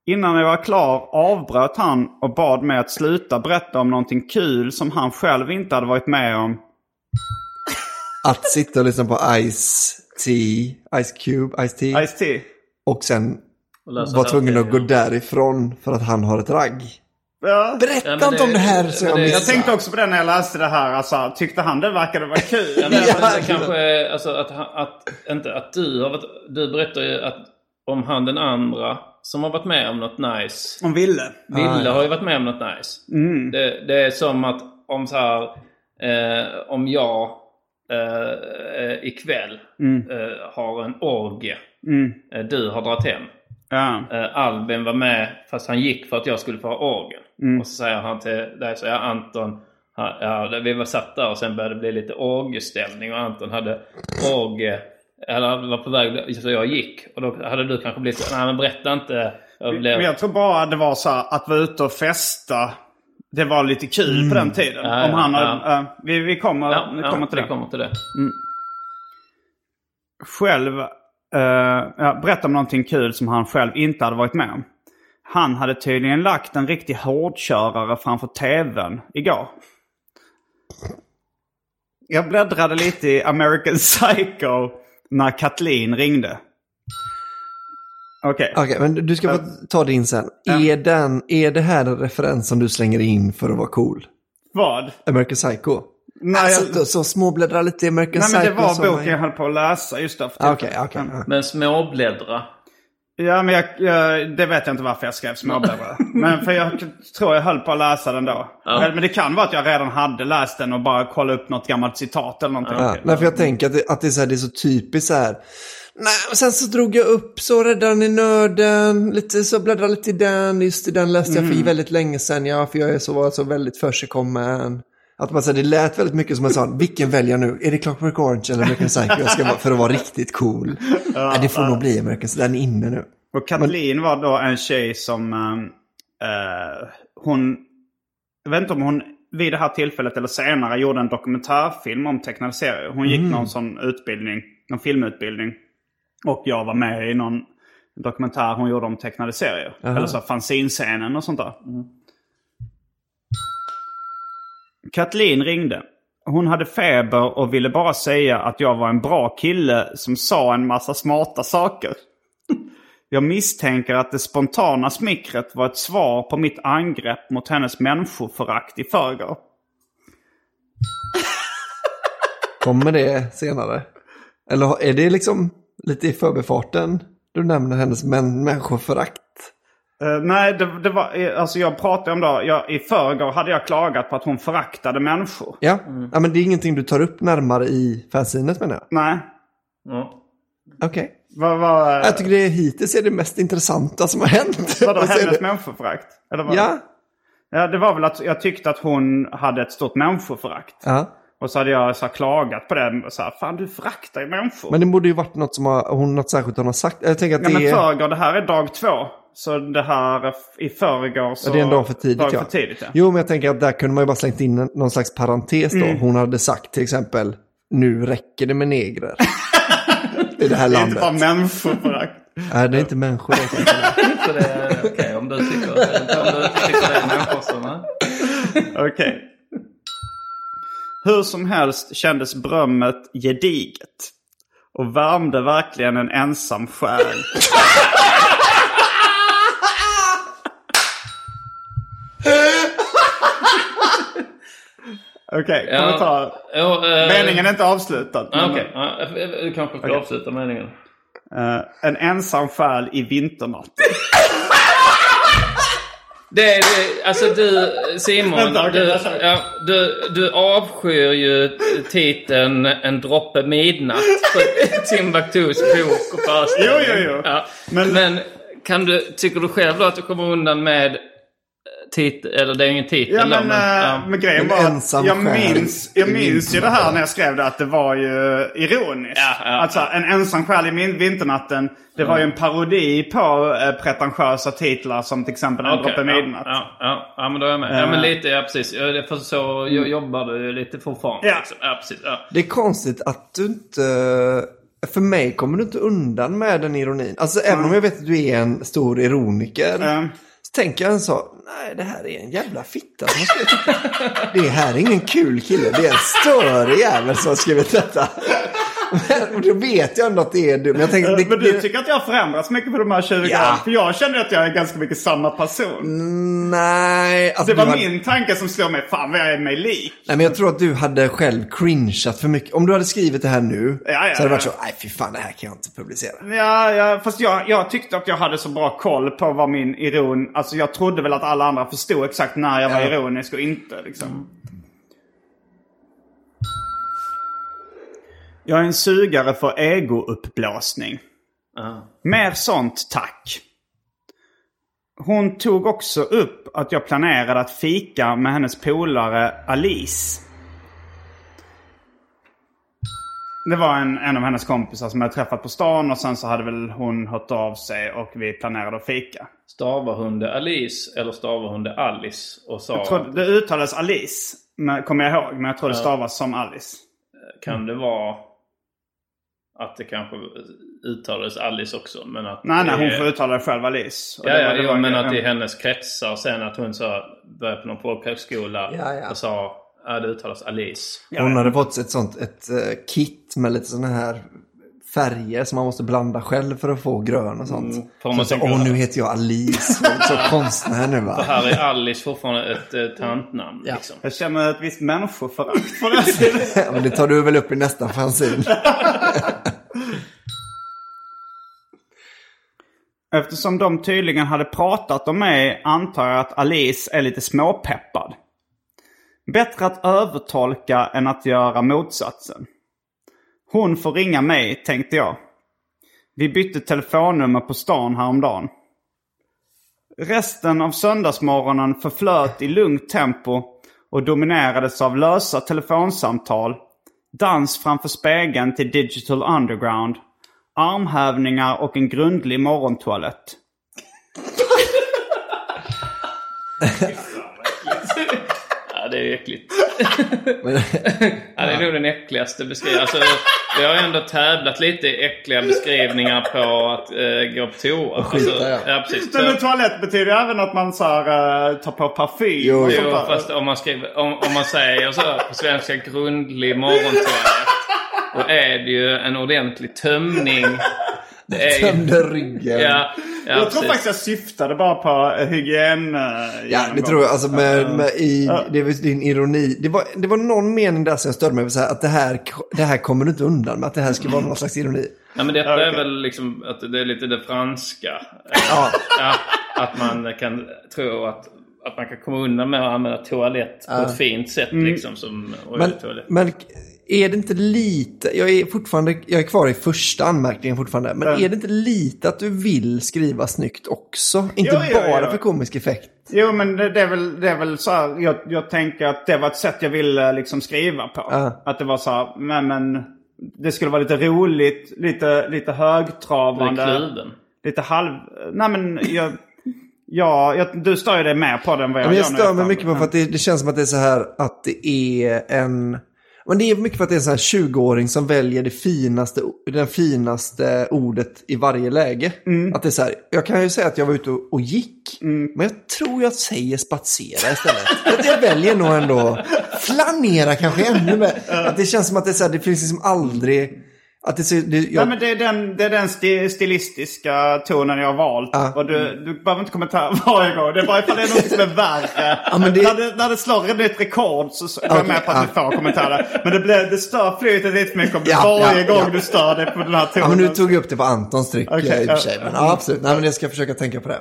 Innan jag var klar avbröt han och bad mig att sluta berätta om någonting kul som han själv inte hade varit med om. Att sitta och lyssna på Ice T, Ice Cube, Ice T. Ice T. Och sen var tvungen att gå därifrån för att han har ett ragg. Ja. Berätta ja, inte om det här så jag Jag missar. tänkte också på det när jag läste det här. Alltså, tyckte han det verkade vara kul? Ja, men Ja, alltså, kanske alltså, att, att, inte, att du har varit, du berättar ju att om han den andra som har varit med om något nice. Om Ville. Ville Ah, ja. har ju varit med om något nice. Mm. Det, det är som att om så här, eh, om jag eh, ikväll Mm. eh, har en orgie. Mm. Eh, du har dragit hem. Ja. Eh, Albin var med fast han gick för att jag skulle få ha orgen. Mm. Och så säger han till dig, så ja, Anton, ja, ja, vi var satt där och sen började det bli lite orgestämning och Anton hade orgie, eller var på väg, så jag gick och då hade du kanske blivit så, nej men berätta inte. Jag blev... Men jag tror bara det var så här, att vara ute och festa. Det var lite kul mm. på den tiden. Ja, Om ja, han har, ja. uh, vi, vi kommer, ja, vi ja, kommer till vi det. kommer till det. Mm. Själv, uh, ja, berätta om någonting kul som han själv inte hade varit med om. Han hade tydligen lagt en riktig hårdkörare framför tvn igår. Jag bläddrade lite i American Psycho när Kathleen ringde. Okej. Okej, okay, men du ska få ta din sen. Ja. Är, den, är det här en referens som du slänger in för att vara cool? Vad? American Psycho? Nej, alltså, jag... så, så småbläddra lite i American Psycho. Nej, men det var boken man... jag höll på att läsa just då. Okej, okej. Okay, okay. Men småbläddra? Ja, men jag, jag, det vet jag inte varför jag skrev småbläddra. Men för jag tror jag höll på att läsa den då. Ja. Men det kan vara att jag redan hade läst den och bara kolla upp något gammalt citat eller någonting. Ja, nej, för jag tänker att det, att det, är, så här, det är så typiskt så här. Nej, och sen så drog jag upp så räddade ni nörden. Lite så bläddrade lite i den. Just i den läste jag för mm. väldigt länge sedan. Ja, för jag är så, var så väldigt försigkommen. Att man säger, det lät väldigt mycket som man sa, vilken väljer nu? Är det Clockwork Orange eller American Psycho? Jag ska vara, för att vara riktigt cool. Ja, Nej, det får ja. nog bli American Psycho. Den är inne nu. Och Kathleen var då en tjej som äh, hon, jag vet inte om hon vid det här tillfället eller senare gjorde en dokumentärfilm om tecknade serier. Hon gick mm. någon sån utbildning, någon filmutbildning. Och jag var med i någon dokumentär hon gjorde om tecknade serier. Aha. Eller så fanzinscenen och sånt där. Mm. Kathleen ringde. Hon hade feber och ville bara säga att jag var en bra kille som sa en massa smarta saker. Jag misstänker att det spontana smickret var ett svar på mitt angrepp mot hennes människoförakt i förrgår. Kommer det senare? Eller är det liksom lite i förbifarten du nämner hennes män- människoförakt? Uh, nej, det, det var, alltså jag pratade om då, jag, i förrgår hade jag klagat på att hon föraktade människor. Ja, mm. ja men det är ingenting du tar upp närmare i fanzinet menar jag. Nej. Mm. Okej. Okay. Vad, vad, jag tycker det hittills är det mest intressanta som har hänt. Vadå, hennes människoförakt? Eller vad? Ja. Ja, det var väl att jag tyckte att hon hade ett stort människoförakt. Ja. Och så hade jag så här, klagat på det och så här, fan du föraktar ju människor. Men det borde ju varit något som har, hon något särskilt hon har sagt. Jag tänker att ja, det men är... förrgår, det här är dag två. Så det här i förrgår så... Ja, det är en dag för tidigt, dag ja. För tidigt, ja. Jo, men jag tänker att där kunde man ju bara slängt in någon slags parentes då. Mm. Hon hade sagt till exempel, nu räcker det med negrer. I det här landet. Det är inte bara människoförakt. Nej, det är inte människor. Så det är okej, okay, om du tycker, om du tycker det är människor så. Okej. Okay. Hur som helst kändes brömmet gediget. Och värmde verkligen en ensam själ. Okej, okay, ja, kommentar. Ja, äh, meningen är inte avslutad. Okej, okay. ja, du kanske ska okay. avsluta meningen. Uh, en ensam själ i vinternatt. Det är det, alltså du Simon, Vänta, okay, du, ja, du, du avskyr ju titeln En droppe midnatt på Timbuktus bok och föreställning. Jo, jo, jo. Ja. Men, men kan du, tycker du själv då att du kommer undan med titel, eller det är ingen titel? Ja, men, men, ja. men grejen var att jag minns, jag minns ju det här när jag skrev det, att det var ju ironiskt. Ja, ja, alltså ja. En ensam själ i min vinternatten, det var ju en parodi på eh, pretentiösa titlar som till exempel En okay, droppe midnatt. Ja, ja, ja, men då är jag med. Uh, ja, men lite, ja precis. Ja, för så jag jobbar du lite fortfarande. Ja. Liksom. Ja, precis. Ja. Det är konstigt att du inte... för mig kommer du inte undan med den ironin. Alltså mm. även om jag vet att du är en stor ironiker. Mm. Så tänker jag en så, nej det här är en jävla fitta. Det här är ingen kul kille. Det är en större jävel som har skrivit detta. Men då vet jag ändå att det är du. Men, jag tänkte, det, men du tycker att jag har förändrats mycket på de här tjugo ja. åren? För jag känner att jag är ganska mycket samma person. Mm, nej. Alltså, det var har... min tanke som slår mig. Fan vad jag är mig lik. Nej men jag tror att du hade själv cringeat för mycket. Om du hade skrivit det här nu. Ja, ja, så hade det varit ja. så, nej fy fan det här kan jag inte publicera. Ja, ja fast jag, jag tyckte att jag hade så bra koll på vad min iron. Alltså jag trodde väl att alla andra förstod exakt när jag var ja. ironisk och inte liksom. Mm. Jag är en sugare för egouppblåsning. Uh. Mer sånt, tack. Hon tog också upp att jag planerade att fika med hennes polare Alice. Det var en, en av hennes kompisar som jag träffat på stan. Och sen så hade väl hon hört av sig och vi planerade att fika. Stavar hon det Alice eller stavar hon det Alice? Och sa jag tror det uttalades Alice, kommer jag ihåg. Men jag tror det stavas som Alice. Kan mm. det vara... Att det kanske uttalades Alice också. Men att nej, nej, hon är... får uttala det själv Alice. Och ja, ja, ja men att det är hennes kretsar. Och sen att hon så började på någon folkhögskola ja, ja. och sa ja, det uttalas Alice. Hon ja, hade fått ett sånt ett uh, kit med lite såna här färger som man måste blanda själv för att få grön och sånt. Mm, så man så, åh nu heter jag Alice. Så konstnär nu va. För här är Alice fortfarande ett uh, tantnamn. Ja. Liksom. Jag känner ett visst människoförakt på det. Ja, men det tar du väl upp i nästa fanzine. Eftersom de tydligen hade pratat om mig antar jag att Alice är lite småpeppad. Bättre att övertolka än att göra motsatsen. Hon får ringa mig, tänkte jag. Vi bytte telefonnummer på stan häromdagen. Resten av söndagsmorgonen förflöt i lugnt tempo och dominerades av lösa telefonsamtal, dans framför spegeln till Digital Underground, armhävningar och en grundlig morgontoalett. Ja, det är äckligt. Ja, det är nog den äckligaste beskrivningen. Alltså, vi har ändå tävlat lite i äckliga beskrivningar på att uh, gå på toa. Och skita, alltså, ja. Ja, precis. Men en toalett betyder även att man så här, uh, tar på parfym. Jo, jo fast om man, skriver, om, om man säger så på svenska grundlig morgontoalett, då är det ju en ordentlig tömning. Det är tömde ryggen. Ja, ja, jag precis. tror faktiskt jag syftade bara på hygien. Uh, ja, det tror jag. Alltså med, med i, det var din ironi. Det var, det var någon mening där som jag störde mig på så här, att det här, det här kommer du inte undan med. Att det här ska vara någon slags ironi. Nej, men detta okay. är väl liksom att det är lite det franska. Ja. Ja, att man kan tro att, att man kan komma undan med att använda toalett på ja. ett fint sätt. Mm. Liksom, som men, men är det inte lite, jag är fortfarande, jag är kvar i första anmärkningen fortfarande, men mm. är det inte lite att du vill skriva snyggt också? Inte jo, bara jo, jo. för komisk effekt. Jo, men det, det, är, väl, det är väl så här, jag, jag tänker att det var ett sätt jag ville liksom skriva på. Uh. Att det var så här, men, men det skulle vara lite roligt, lite, lite högtravande. Lite halv, nej men jag... Ja, jag, du stör ju dig med på den vad jag men gör jag stör mig mycket på för att det, det känns som att det är så här att det är en... Men det är mycket för att det är en sån här tjugo-åring som väljer det finaste, den finaste ordet i varje läge. Mm. Att det är så här, jag kan ju säga att jag var ute och, och gick. Mm. Men jag tror jag säger spatsera istället. Att jag väljer nog ändå flanera kanske ännu mer. Att det känns som att det är så här, det finns liksom aldrig... Att det, det, jag... Nej, men det är den, det är den sti, stilistiska tonen jag har valt. Ja. Och du, du behöver inte kommentera varje gång. Det är bara ifall det är något som är värre. Ja, men det... När, det, när det slår ett nytt rekord så, så okay, är jag med på att ja. du får kommentera. Men det, blir, det stör flytet lite mycket om ja, varje ja, gång ja. du stör det på den här tonen. Ja, men nu tog jag upp det på Antons tryck okay, i och för sig. Men, ja, absolut. Nej, men jag ska försöka tänka på det.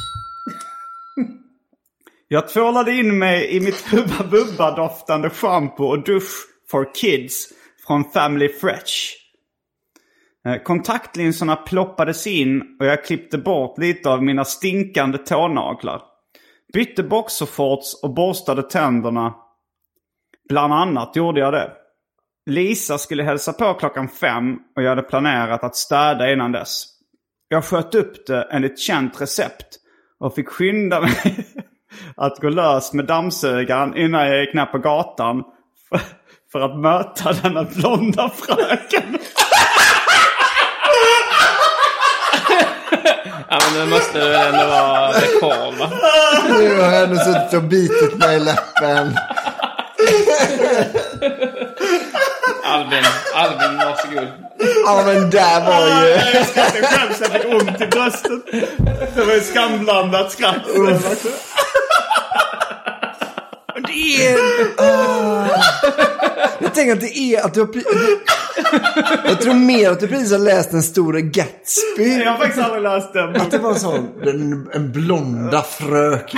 Jag tvålade in mig i mitt Hubba Bubba-doftande shampoo och dusch for kids från Family Fresh. Kontaktlinserna ploppades in och jag klippte bort lite av mina stinkande tånaglar. Bytte boxershorts och borstade tänderna. Bland annat gjorde jag det. Lisa skulle hälsa på klockan fem och jag hade planerat att städa innan dess. Jag sköt upp det enligt känt recept och fick skynda mig att gå lös med dammsugaren innan jag gick ner på gatan för, för att möta denna blonda fröken. Ja, men det måste väl ändå vara rekord, va? Nu har jag ändå suttit och bitit mig i läppen. Albin, Albin, varsågod. Ja, men där var ju... Jag skrattade själv så jag fick ont i bröstet. Det var ju skamblandat skratt. Det är... Ah. Jag tänker att det är att du har... Jag tror mer att du precis har läst Den stora Gatsby. Jag har faktiskt aldrig läst den. Att det var sån, en, en blonda fröken.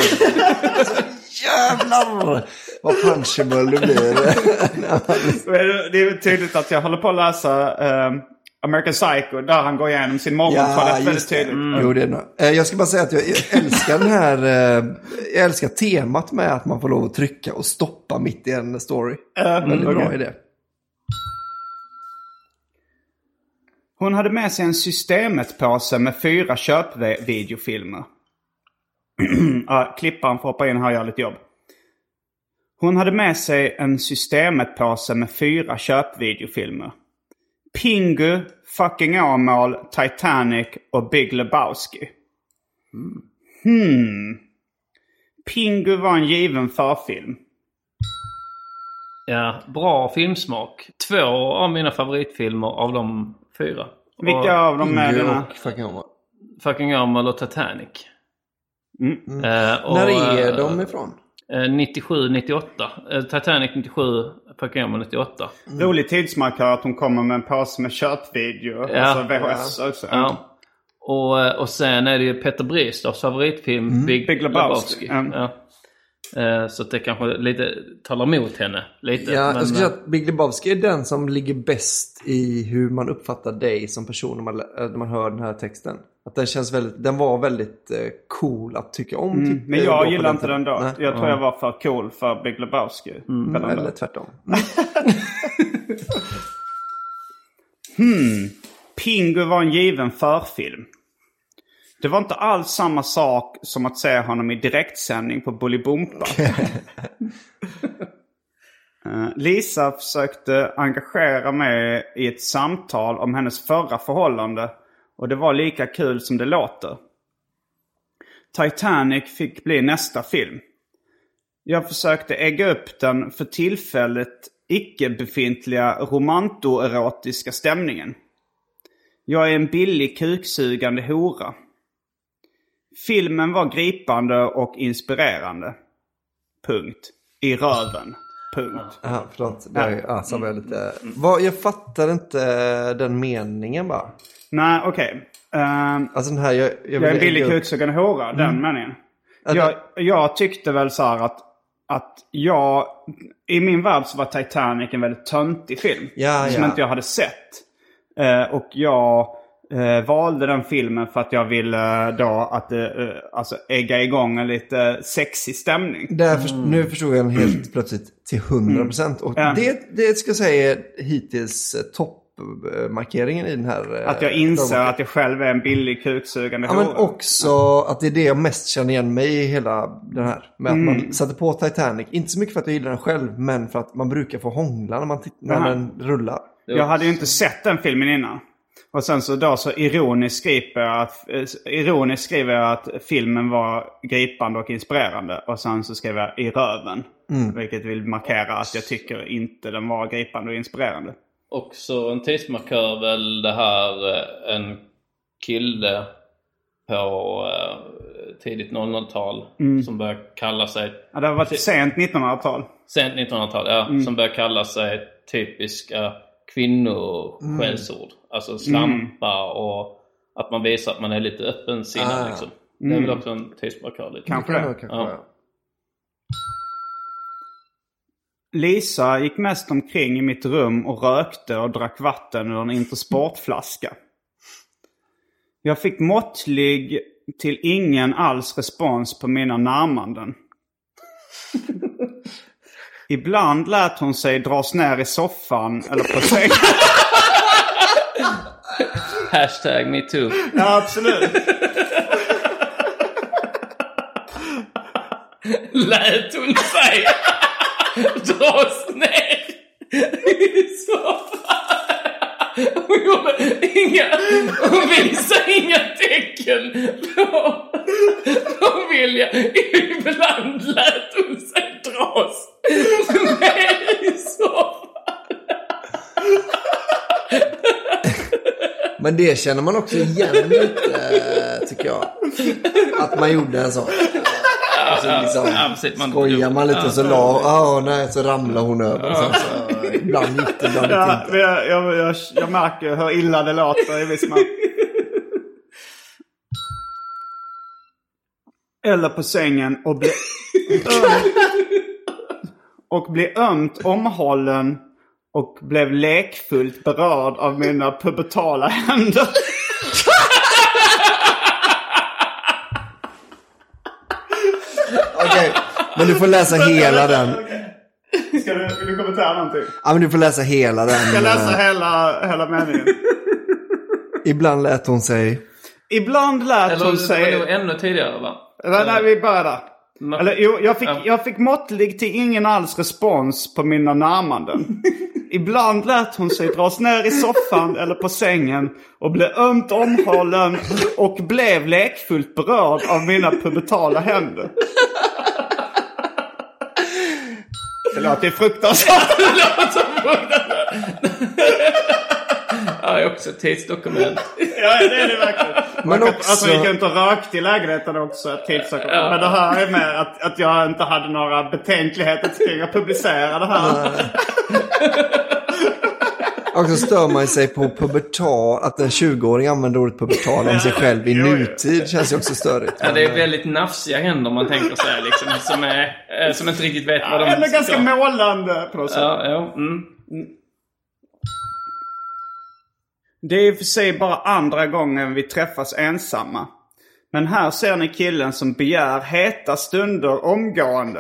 Jävlar vad punchable du blir. Det är tydligt att jag håller på att läsa um, American Psycho, där han går igenom sin morgontoalett ja, väldigt tydligt. Mm. Jo, det är nog. Jag ska bara säga att jag älskar den här, jag älskar temat med att man får lov att trycka och stoppa mitt i en story. Mm, väldigt okay. Bra idé. Hon hade med sig en Systemet-påse med fyra köpvideofilmer. Ja, klipparen får hoppa in här och göra lite jobb. Hon hade med sig en Systemet-påse med fyra köpvideofilmer. Pingu, Fucking Åmål, Titanic och Big Lebowski. Mm. Hmm. Pingu var en given förfilm. Ja, bra filmsmak. Två av mina favoritfilmer av de fyra. Vilka och av dem är dina? Fucking Åmål. Fucking Åmål och Titanic. Mm. Mm. Uh, och, När är de ifrån? Uh, nittiosju nittioåtta. Uh, Titanic nittiosju, Fucking Åmål nittioåtta. Mm. Rolig tidsmarkör att hon kommer med en paus med köpvideo. Ja. Alltså V H S ja. också. Ja. Och, och sen är det ju Peter Bristavs favoritfilm mm. Big, Big Lebowski. Mm. Ja. Uh, så det kanske lite talar emot henne lite. Ja, men, jag skulle säga att Big Lebowski är den som ligger bäst i hur man uppfattar dig som person när man, när man hör den här texten. Att den känns väldigt, den var väldigt uh, cool att tycka om. Mm, tyck, men jag gillar inte den, den då. Nej. Jag tror jag var för cool för Big Lebowski. Mm, eller då. Tvärtom. hmm. Pingu var en given förfilm. Det var inte alls samma sak som att se honom i direktsändning på Bolibompa. uh, Lisa försökte engagera mig i ett samtal om hennes förra förhållande. Och det var lika kul som det låter. Titanic fick bli nästa film. Jag försökte ägga upp den för tillfället icke-befintliga romantoerotiska stämningen. Jag är en billig kuksugande hora. Filmen var gripande och inspirerande. Punkt. I röven. Punkt. Ja, förlåt. Det är, ja, så var jag lite... Vad, jag fattar inte den meningen bara. Nej, okej. Okay. Uh, alltså den här... Jag, jag, jag är en billig kuksugande hora, mm. den meningen. Alltså, jag, jag tyckte väl så här att, att jag... I min värld så var Titanic en väldigt töntig film. Ja, som ja. inte jag hade sett. Uh, och jag... Uh, valde den filmen för att jag ville uh, då att uh, alltså ägga igång en lite sexig stämning. Därför, mm. Nu förstod jag den helt plötsligt till hundra procent. Och mm. det, det ska jag säga är hittills uh, toppmarkeringen i den här... Uh, att jag inser att jag själv är en billig kuksugande ja, hora. Men också ja. Att det är det jag mest känner igen mig i hela den här. Med mm. att man satte på Titanic. Inte så mycket för att jag gillar den själv, men för att man brukar få hångla när, man t- när den rullar. Jag hade ju inte sett den filmen innan. Och sen så då så ironiskt skriver jag att, ironiskt skriver jag att filmen var gripande och inspirerande. Och sen så skriver jag i röven. Mm. Vilket vill markera att jag tycker inte den var gripande och inspirerande. Också en tidsmarkör väl det här en kille på uh, tidigt nolvhundratal mm. som börjar kalla sig... Ja, det har varit sent nittonhundratal. Sent nittonhundratal, ja. Mm. Som börjar kalla sig typiska kvinnoskällsord. Mm. Alltså slampa mm. och att man visar att man är lite öppensinnad ah. liksom. Det är mm. väl också en tidsmarkör lite. Kanske det. Kanske ja. Det. Lisa gick mest omkring i mitt rum och rökte och drack vatten ur en Intersportflaska. Jag fick måttlig till ingen alls respons på mina närmanden. Ibland lät hon sig dras ner i soffan eller på sängen. Hashtag me too. Ja, absolut. Lät hon sig dras ner i soffan. Hon gjorde inga, hon visade inga tecken Julia, ibland lät hon sig dras med i soffan. Men det känner man också igen lite, tycker jag. Att man gjorde en sån. Alltså liksom, ja, precis, man, skojar man lite ja, så la, ja, nej, så ramlar hon över. Ja. Så, så, ibland gick det, ibland ja, inte. Jag, jag, jag, jag märker hur illa det låter i viss mån. Eller på sängen och bli ömt, och bli ömt omhållen och blev lekfullt berörd av mina pubertala händer. Okej, okay, men du får läsa hela den. Ska du, vill du kommentera någonting? Ja, men du får läsa hela den. Jag ska läsa hela, hela meningen. Ibland lät hon sig... Ibland lät Eller, hon sig... Eller ännu tidigare, va? Nej, nej, vi börjar där. No. Eller, jo, jag, fick, jag fick måttlig till ingen alls respons på mina närmanden. Ibland lät hon sig dras ner i soffan eller på sängen och blev ömt omhållen och blev lekfullt berörd av mina pubertala händer. Det låter fruktansvärt. Det låter fruktansvärt. Ja, det är också ett tidsdokument. Ja, det är det verkligen. Men kan, också... Alltså, vi gick inte och rökt i lägenheten också ett tidsdokument. Ja. Men det här är med att, att jag inte hade några betänkligheter kring att publicera det här. Och så stör man sig på pubertal, att en tjugoåring använder ordet pubertal om sig själv i nutid, känns ju också störigt. Ja, det är väldigt nafsiga händer man tänker sig liksom, som, är, som inte riktigt vet vad de... Ja, det är ganska målande på något sätt. Ja, ja, mm. Mm. Det är i och för sig bara andra gången vi träffas ensamma. Men här ser ni killen som begär heta stunder omgående.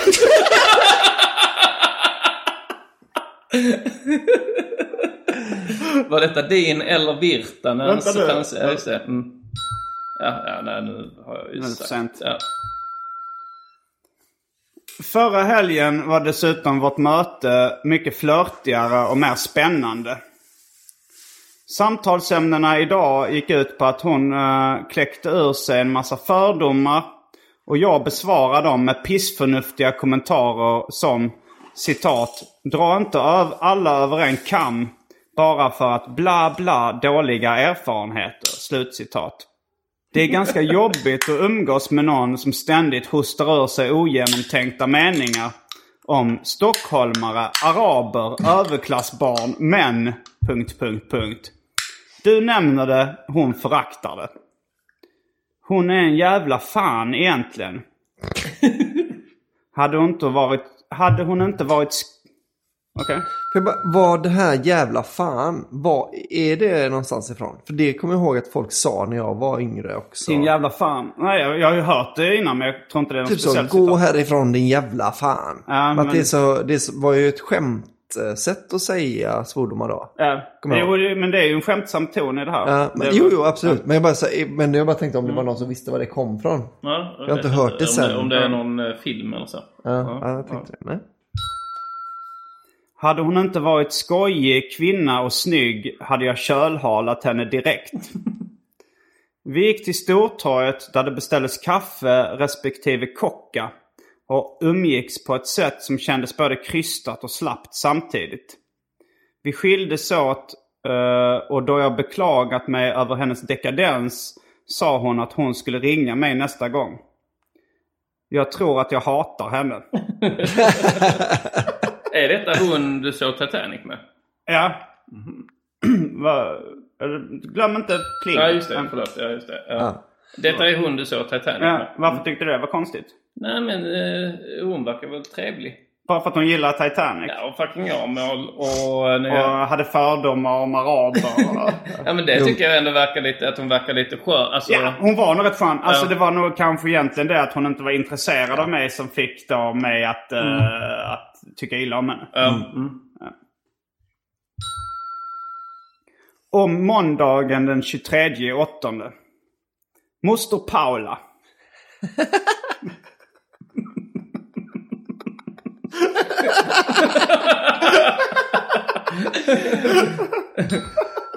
Var detta din eller Virta? När Vänta du. Fanns, ja, just det. Mm. Ja, ja, nej, nu har jag ju sagt. Ja. Förra helgen var dessutom vårt möte mycket flörtigare och mer spännande. Samtalsämnena idag gick ut på att hon uh, kläckte ur sig en massa fördomar och jag besvarade dem med pissförnuftiga kommentarer som, citat, dra inte öv alla över en kam bara för att bla bla dåliga erfarenheter, slutcitat. Det är ganska jobbigt att umgås med någon som ständigt hostar ur sig ogenomtänkta meningar om stockholmare, araber, överklassbarn, män, punkt, punkt, punkt. Du nämner det, hon föraktar det. Hon är en jävla fan egentligen. hade hon inte varit... Hade hon inte varit... Okej. Okay. Vad det här jävla fan, vad är det någonstans ifrån? För det kommer jag ihåg att folk sa när jag var yngre också. Din jävla fan. Nej, jag, jag har ju hört det innan, men jag tror inte det är något typ speciellt. Så, gå härifrån din jävla fan. Ja, men... det, är så, det var ju ett skämtsätt att säga svordomar då. Ja, jo, men det är ju en skämtsam ton i det här. Ja, men, det jo, var... jo, absolut. Ja. Men, jag bara, men jag bara tänkte om det var någon som visste var det kom från. Ja, jag har inte hört det sen. Om det, om det är någon uh, film eller så. Ja, ja, ja jag tänkte ja. det. Nej. Hade hon inte varit skojig, kvinna och snygg hade jag kölhalat henne direkt. Vi gick till Stortorget där det beställdes kaffe respektive kocka och umgicks på ett sätt som kändes både krystat och slappt samtidigt. Vi skildes åt och då jag beklagat mig över hennes dekadens sa hon att hon skulle ringa mig nästa gång. Jag tror att jag hatar henne. Är detta hon du såg Titanic med? Ja. Mm-hmm. Va, glöm inte pling. Ja, just det. Förlåt. Ja, just det. Ja. Ja. Detta är hon du såg Titanic ja. med. Varför tyckte du det var konstigt? Nej, men eh, hon verkar väl trevlig. Bara för att hon gillar Titanic? Ja, och fucking jag med och... Och, och jag... hade fördomar om araber. Ja, men det tycker jag ändå verkar lite... Att hon verkar lite skön. Alltså... Ja, hon var nog rätt skön. Alltså ja. Det var nog kanske egentligen det att hon inte var intresserad av mig som fick då mig att, mm. uh, att tycka illa om henne. Mm. Mm. Ja. Om måndagen den tjugotredje åttonde. Moster Paula.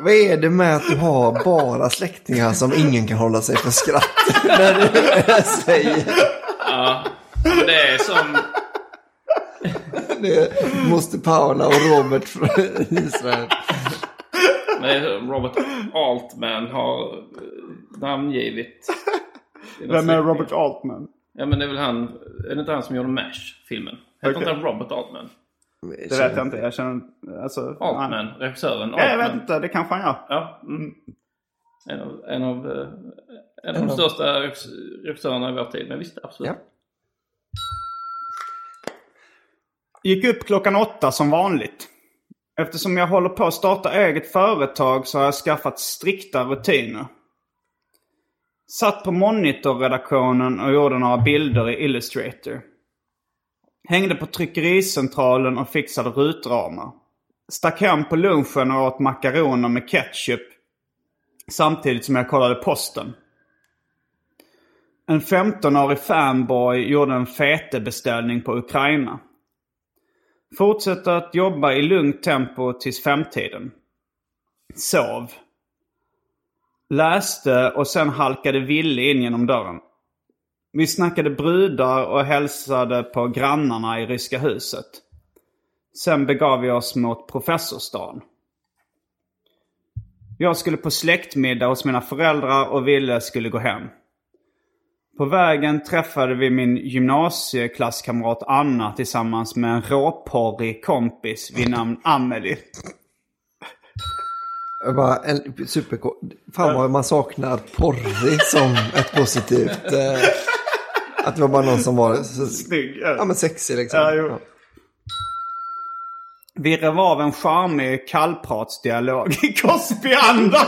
Vad är det med att du har bara släktingar som ingen kan hålla sig för skratt när du säger? Ja, det är som... Det är Moster Paula och Robert från Israel. Nej, Robert Altman har namngivit. Vem är Robert Altman? Ja, men det är väl han. Är det inte han som gjorde MASH-filmen? Heter okay. inte han Robert Altman? Det vet jag inte. Jag känner... Alltså, Altman, nej. Regissören Altman. Ja, jag vet inte. Det kanske han gör. Ja. Mm. En av, en av, en av de största regissörerna i vår tid. Men visst, absolut. Ja. Gick upp klockan åtta som vanligt. Eftersom jag håller på att starta eget företag så har jag skaffat strikta rutiner. Satt på monitorredaktionen och gjorde några bilder i Illustrator. Hängde på tryckericentralen och fixade rutramar. Stack hem på lunchen och åt makaroner med ketchup. Samtidigt som jag kollade posten. En femtonårig fanboy gjorde en fetebeställning på Ukraina. Fortsätter att jobba i lugnt tempo tills femtiden. Sov. Läste och sen halkade Ville in genom dörren. Vi snackade brudar och hälsade på grannarna i Ryska huset. Sen begav vi oss mot Professorsdagen. Jag skulle på släktmiddag hos mina föräldrar och Ville skulle gå hem. På vägen träffade vi min gymnasieklasskamrat Anna tillsammans med en råporrig kompis vid namn Amelie. Bara en super... Fan vad man saknar porrig som ett positivt... Eh, att det var bara någon som var så, snygg. Ja, ja men sexig liksom. Ja, ja. Vi rev av en charmig kallpratsdialog i Cosby-anda.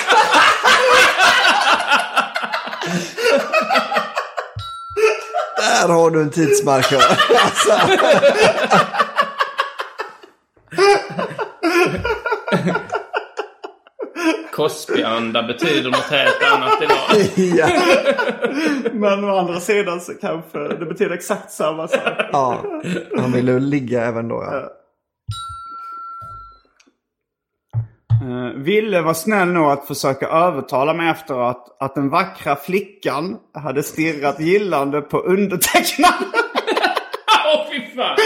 Där har du en tidsmarkör. Alltså. Cosby-anda betyder något helt annat idag. Ja. Men å andra sidan så kanske det betyder exakt samma sak. Ja, han ville ligga även då, ja. Uh, Ville var snäll nog att försöka övertala mig efteråt att den vackra flickan hade stirrat gillande på undertecknad. Åh, oh, fy fan!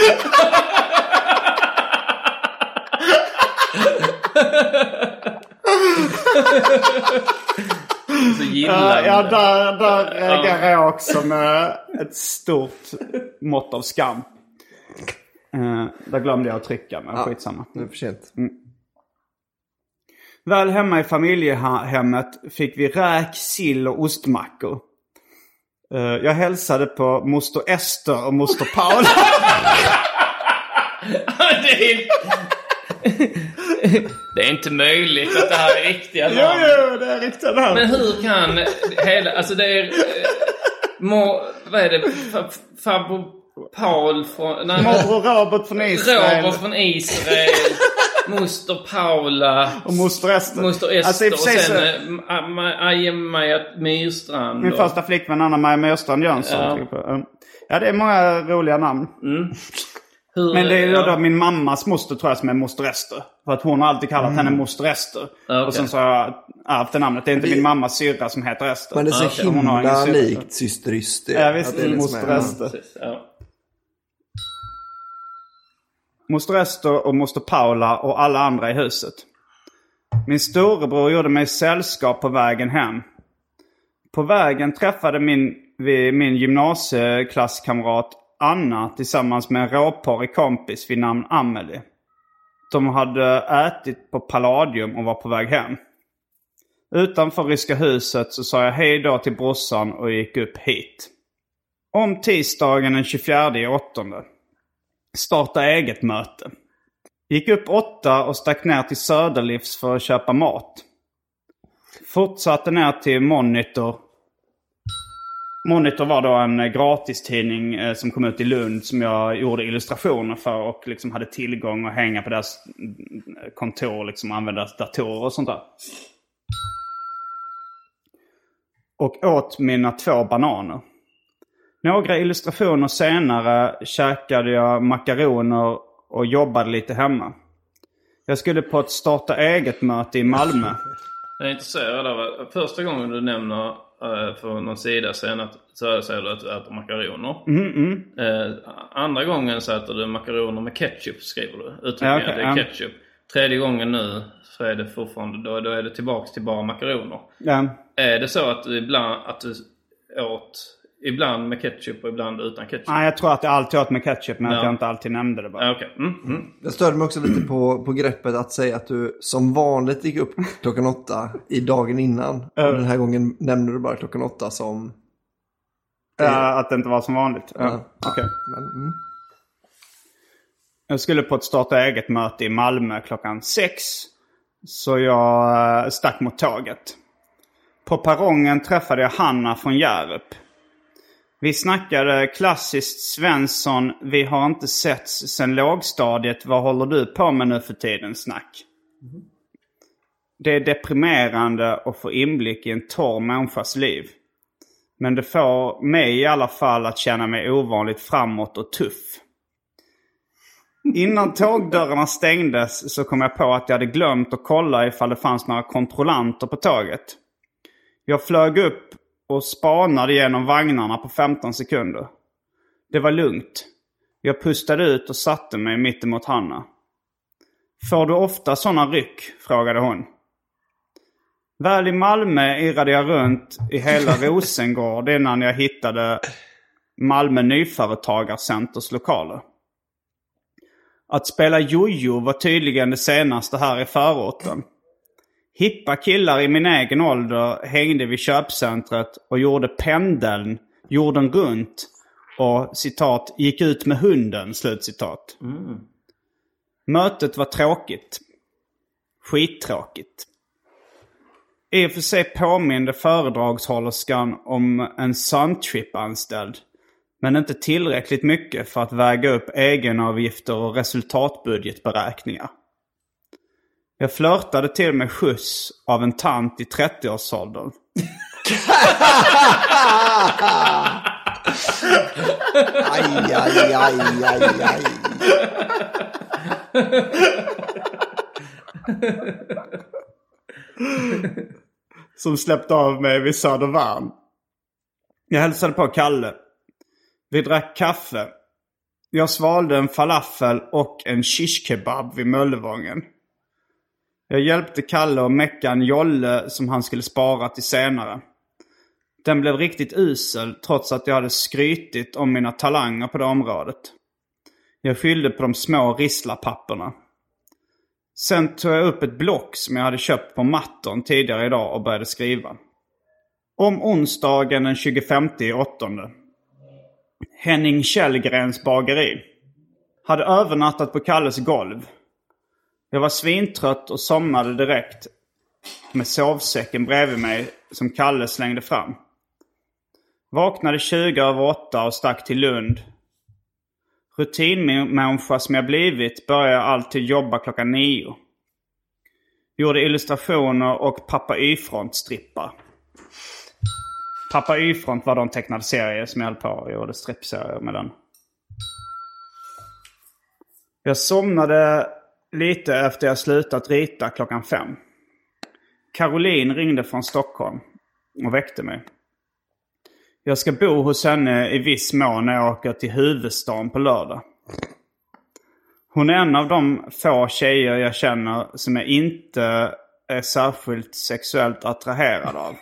Så gillande. Uh, ja, där, där reagerar jag också med ett stort mått av skam. Uh, där glömde jag att trycka, men ja, skitsamma. Det är för sent. Mm. Väl hemma i familjehemmet fick vi räk, sill och ostmackor. Uh, jag hälsade på moster Ester och moster Paula. det, är... det är inte möjligt att det här är riktiga namn. Jo, jo, det är riktiga namn. Men hur kan hela... Alltså det är... Må, vad är det? Fabbo Paul från... Morbror Robert från Israel. Robert från Israel. Moster Paula och moster Ester. Moster Ester alltså, och sen Aja-Maja Myrstrand. Min och... första flickvän Anna-Maja Myrstrand Jönsson. Ja. ja, det är många roliga namn. Mm. Hur, Men det är ju ja. då min mammas moster tror jag som är moster Ester. För att hon har alltid kallat mm. henne moster Ester. Okay. Och sen så har jag ärvt det namnet. Det är inte det... min mammas syrra som heter Ester. Men det är så okay. himla likt syster Yster. Ja, visst, det är moster Ester. Ja. Moster Ester och moster Paula och alla andra i huset. Min storebror gjorde mig sällskap på vägen hem. På vägen träffade min, vi, min gymnasieklasskamrat Anna tillsammans med en råporrig kompis vid namn Amelie. De hade ätit på Palladium och var på väg hem. Utanför Ryska huset så sa jag hej då till brorsan och gick upp hit. Om tisdagen den tjugofjärde åttonde. Starta eget möte. Gick upp åtta och stack ner till Söderlivs för att köpa mat. Fortsatte ner till Monitor. Monitor var då en gratistidning eh, som kom ut i Lund som jag gjorde illustrationer för och liksom hade tillgång att hänga på deras kontor, liksom använda datorer och sånt där. Och åt mina två bananer. Några illustrationer senare käkade jag makaroner och jobbade lite hemma. Jag skulle på ett starta eget-möte i Malmö. Jag är intresserad av att första gången du nämner uh, för någon sida sen att, så säger du att du äter makaroner. Mm, mm. Uh, andra gången så äter du makaroner med ketchup, skriver du. Uttrycker Ja, okay, det är ja. ketchup. Tredje gången nu så är det fortfarande, då, då är det tillbaks till bara makaroner. Ja. Är det så att du ibland, att du åt ibland med ketchup och ibland utan ketchup? Nej, jag tror att jag alltid åt med ketchup, men Ja. att jag inte alltid nämnde det bara. Ja, okay. mm, mm. Jag störde mig också lite på, på greppet att säga att du som vanligt gick upp klockan åtta i dagen innan. Och den här gången nämnde du bara klockan åtta som... Ja, att det inte var som vanligt. Ja. Ja. Okej. Men, mm. Jag skulle på ett starta eget-möte i Malmö klockan sex. Så jag eh, stack mot tåget. På perrongen träffade jag Hanna från Hjärup. Vi snackade klassiskt Svensson. Vi har inte setts sedan lågstadiet. Vad håller du på med nu för tiden, snack? Mm. Det är deprimerande att få inblick i en torr människas liv. Men det får mig i alla fall att känna mig ovanligt framåt och tuff. Innan tågdörrarna stängdes så kom jag på att jag hade glömt att kolla ifall det fanns några kontrollanter på tåget. Jag flög upp och spanade genom vagnarna på femton sekunder. Det var lugnt. Jag pustade ut och satte mig mitt emot Hanna. Får du ofta sådana ryck? Frågade hon. Väl i Malmö irrade jag runt i hela Rosengård innan jag hittade Malmö Nyföretagarcenters lokaler. Att spela jojo var tydligen det senaste här i förorten. Hippa killar i min egen ålder hängde vid köpcentret och gjorde pendeln jorden runt och citat gick ut med hunden, slutcitat. Mm. Mötet var tråkigt. Skittråkigt. I och för sig påminde föredragshållerskan om en Suntrip-anställd. Men inte tillräckligt mycket för att väga upp egenavgifter och resultatbudgetberäkningar. Jag flörtade till med skjuts av en tant i trettioårsåldern. Aj, aj, aj, aj, aj. Som släppte av mig vid Södervärn. Jag hälsade på Kalle. Vi drack kaffe. Jag svalde en falafel och en shish kebab vid Möllevången. Jag hjälpte Kalle att mecka en jolle som han skulle spara till senare. Den blev riktigt usel trots att jag hade skrytit om mina talanger på det området. Jag fyllde på de små risslapapperna. Sen tog jag upp ett block som jag hade köpt på Matton tidigare idag och började skriva. Om onsdagen den tjugofemte i åttonde. Henning Källgrens bageri. Hade övernattat på Kalles golv. Jag var svintrött och somnade direkt med sovsäcken bredvid mig som Kalle slängde fram. Vaknade tjugo över åtta och stack till Lund. Rutinmänniska som jag blivit började alltid jobba klockan nio. Gjorde illustrationer och Pappa Y-front-strippar. Pappa Y-front var de tecknade serier som jag höll på och gjorde strippserier med den. Jag somnade lite efter jag slutat rita klockan fem. Caroline ringde från Stockholm och väckte mig. Jag ska bo hos henne i viss mån när jag åker till huvudstaden på lördag. Hon är en av de få tjejer jag känner som jag inte är särskilt sexuellt attraherad av.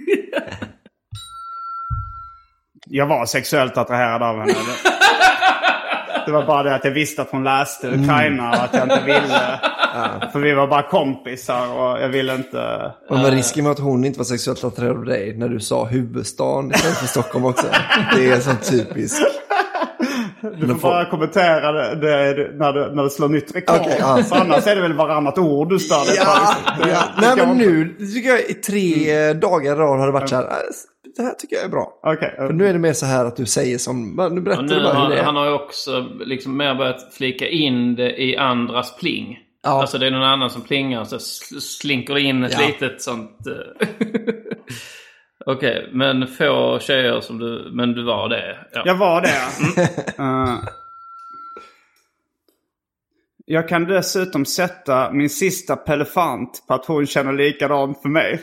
Jag var sexuellt attraherad av henne. Det var bara det att jag visste att hon läste Ukraina och att jag inte ville. Ja. För vi var bara kompisar och jag ville inte... Och med risken med att hon inte var sexuellt attraherad av dig när du sa huvudstaden istället för Stockholm också. Det är så typiskt. Du får får... bara kommentera det, det när, du, när du slår nytt rekord. Okay, ja. För annars är det väl varannat ord du stör dig ja, på. Ja. Nej men nu tycker jag i tre mm. dagar i rad har det varit så här. Det här tycker jag är bra. Okay. För nu är det mer så här att du säger som... Nu berättar nu du bara hur det är. Han har ju också liksom mer börjat flika in det i andras pling. Ja. Alltså det är någon annan som plingar så slinker in ett ja. litet sånt... Okej, okay, men få tjejer som du... Men du var det. Ja. Jag var det. Mm. uh, Jag kan dessutom sätta min sista pelefant på att hon känner likadant för mig.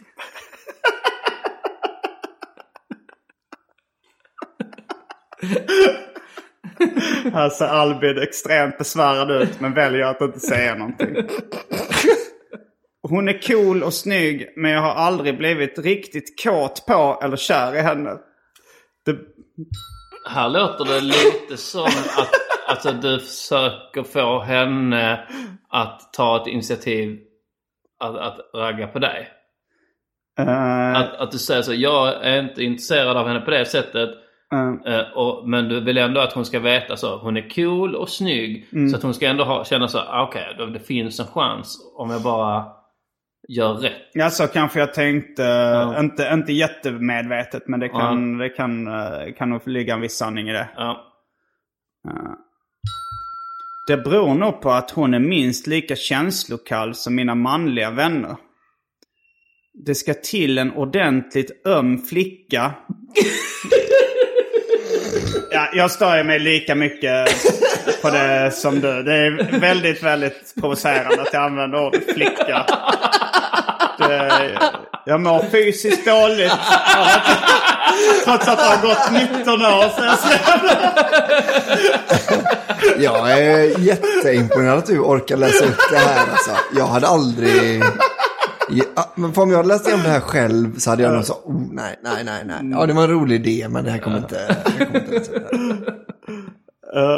Här ser Albin extremt besvärad ut, men väljer att inte säga någonting. Hon är cool och snygg, men jag har aldrig blivit riktigt kåt på eller kär i henne. Det... Här låter det lite som att alltså, du försöker få henne att ta ett initiativ att, att ragga på dig. Uh... Att, att du säger så, jag är inte intresserad av henne på det sättet. Mm. Uh, och, men du vill ändå att hon ska veta så hon är cool och snygg, mm. så att hon ska ändå ha, känna så okej, okay, det finns en chans om jag bara gör rätt. Ja, så kanske jag tänkte uh. inte, inte jättemedvetet, men det kan, uh. det kan, uh, kan nog ligga en viss sanning i det. Uh. Uh. Det beror nog på att hon är minst lika känslokall som mina manliga vänner. Det ska till en ordentligt öm flicka. Ja, jag stör mig lika mycket på det som du. Det är väldigt, väldigt provocerande att jag använder ordet flicka. Det, jag mår fysiskt dåligt. Trots att det har gått nitton år sedan. Jag är jätteimponerad att du orkar läsa upp det här. Alltså. Jag hade aldrig... Ja, men om jag läste om det här själv så hade jag nog så, oh, nej, nej, nej, nej. Ja, det var en rolig idé, men det här kommer inte... Det kommer inte uh,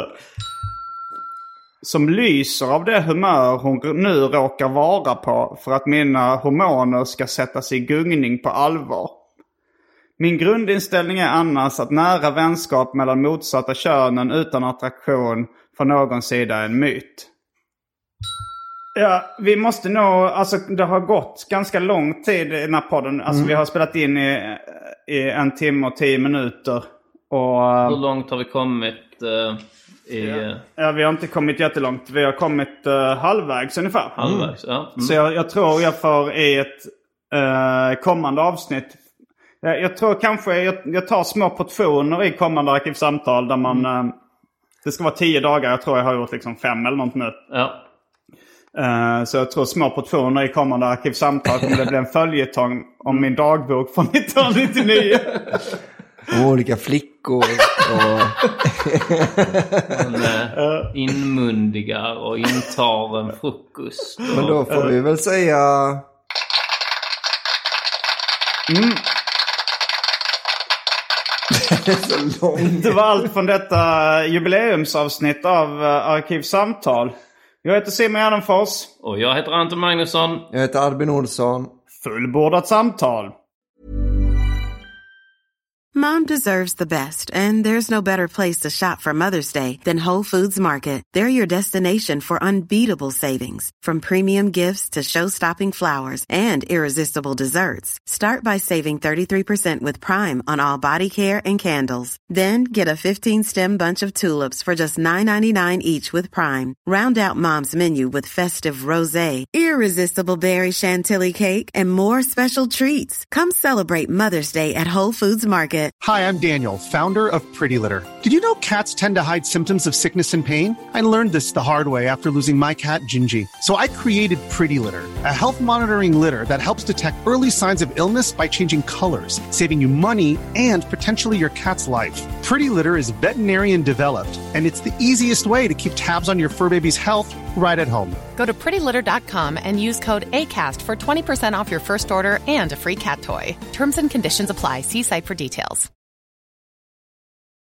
som lyser av det humör hon nu råkar vara på för att mina hormoner ska sättas i gungning på allvar. Min grundinställning är annars att nära vänskap mellan motsatta könen utan attraktion från någon sida är en myt. Ja, vi måste nog, alltså det har gått ganska lång tid i den här podden. Alltså mm. vi har spelat in i, i en timme och tio minuter. Och, hur långt har vi kommit uh, i... Ja. ja, vi har inte kommit jättelångt. Vi har kommit uh, halvvägs ungefär. Halvvägs, mm. ja. Mm. Så jag, jag tror jag får i ett uh, kommande avsnitt. Jag, jag tror kanske jag, jag tar små portioner i kommande arkivsamtal där man... Mm. Uh, det ska vara tio dagar, jag tror jag har gjort liksom fem eller något nu. Ja. Uh, så jag tror små portioner i kommande arkivsamtal kommer det bli en följetong om min dagbok från nittonhundranittionio. Olika flickor och... Man uh, inmundigar och intar en frukost. Och... Men då får uh, vi väl säga... Mm. Så långt. Det var allt från detta jubileumsavsnitt av uh, arkivsamtal. Jag heter Simon Gärdenfors. Och jag heter Anton Magnusson. Jag heter Albin Olsson. Fullbordat samtal. Mom deserves the best, and there's no better place to shop for Mother's Day than Whole Foods Market. They're your destination for unbeatable savings, from premium gifts to show-stopping flowers and irresistible desserts. Start by saving thirty-three percent with Prime on all body care and candles. Then get a fifteen-stem bunch of tulips for just nine ninety-nine each with Prime. Round out Mom's menu with festive rosé, irresistible berry chantilly cake, and more special treats. Come celebrate Mother's Day at Whole Foods Market. Hi, I'm Daniel, founder of Pretty Litter. Did you know cats tend to hide symptoms of sickness and pain? I learned this the hard way after losing my cat, Gingy. So I created Pretty Litter, a health monitoring litter that helps detect early signs of illness by changing colors, saving you money and potentially your cat's life. Pretty Litter is veterinarian developed, and it's the easiest way to keep tabs on your fur baby's health right at home. Go to pretty litter dot com and use code ACAST for twenty percent off your first order and a free cat toy. Terms and conditions apply. See site for details.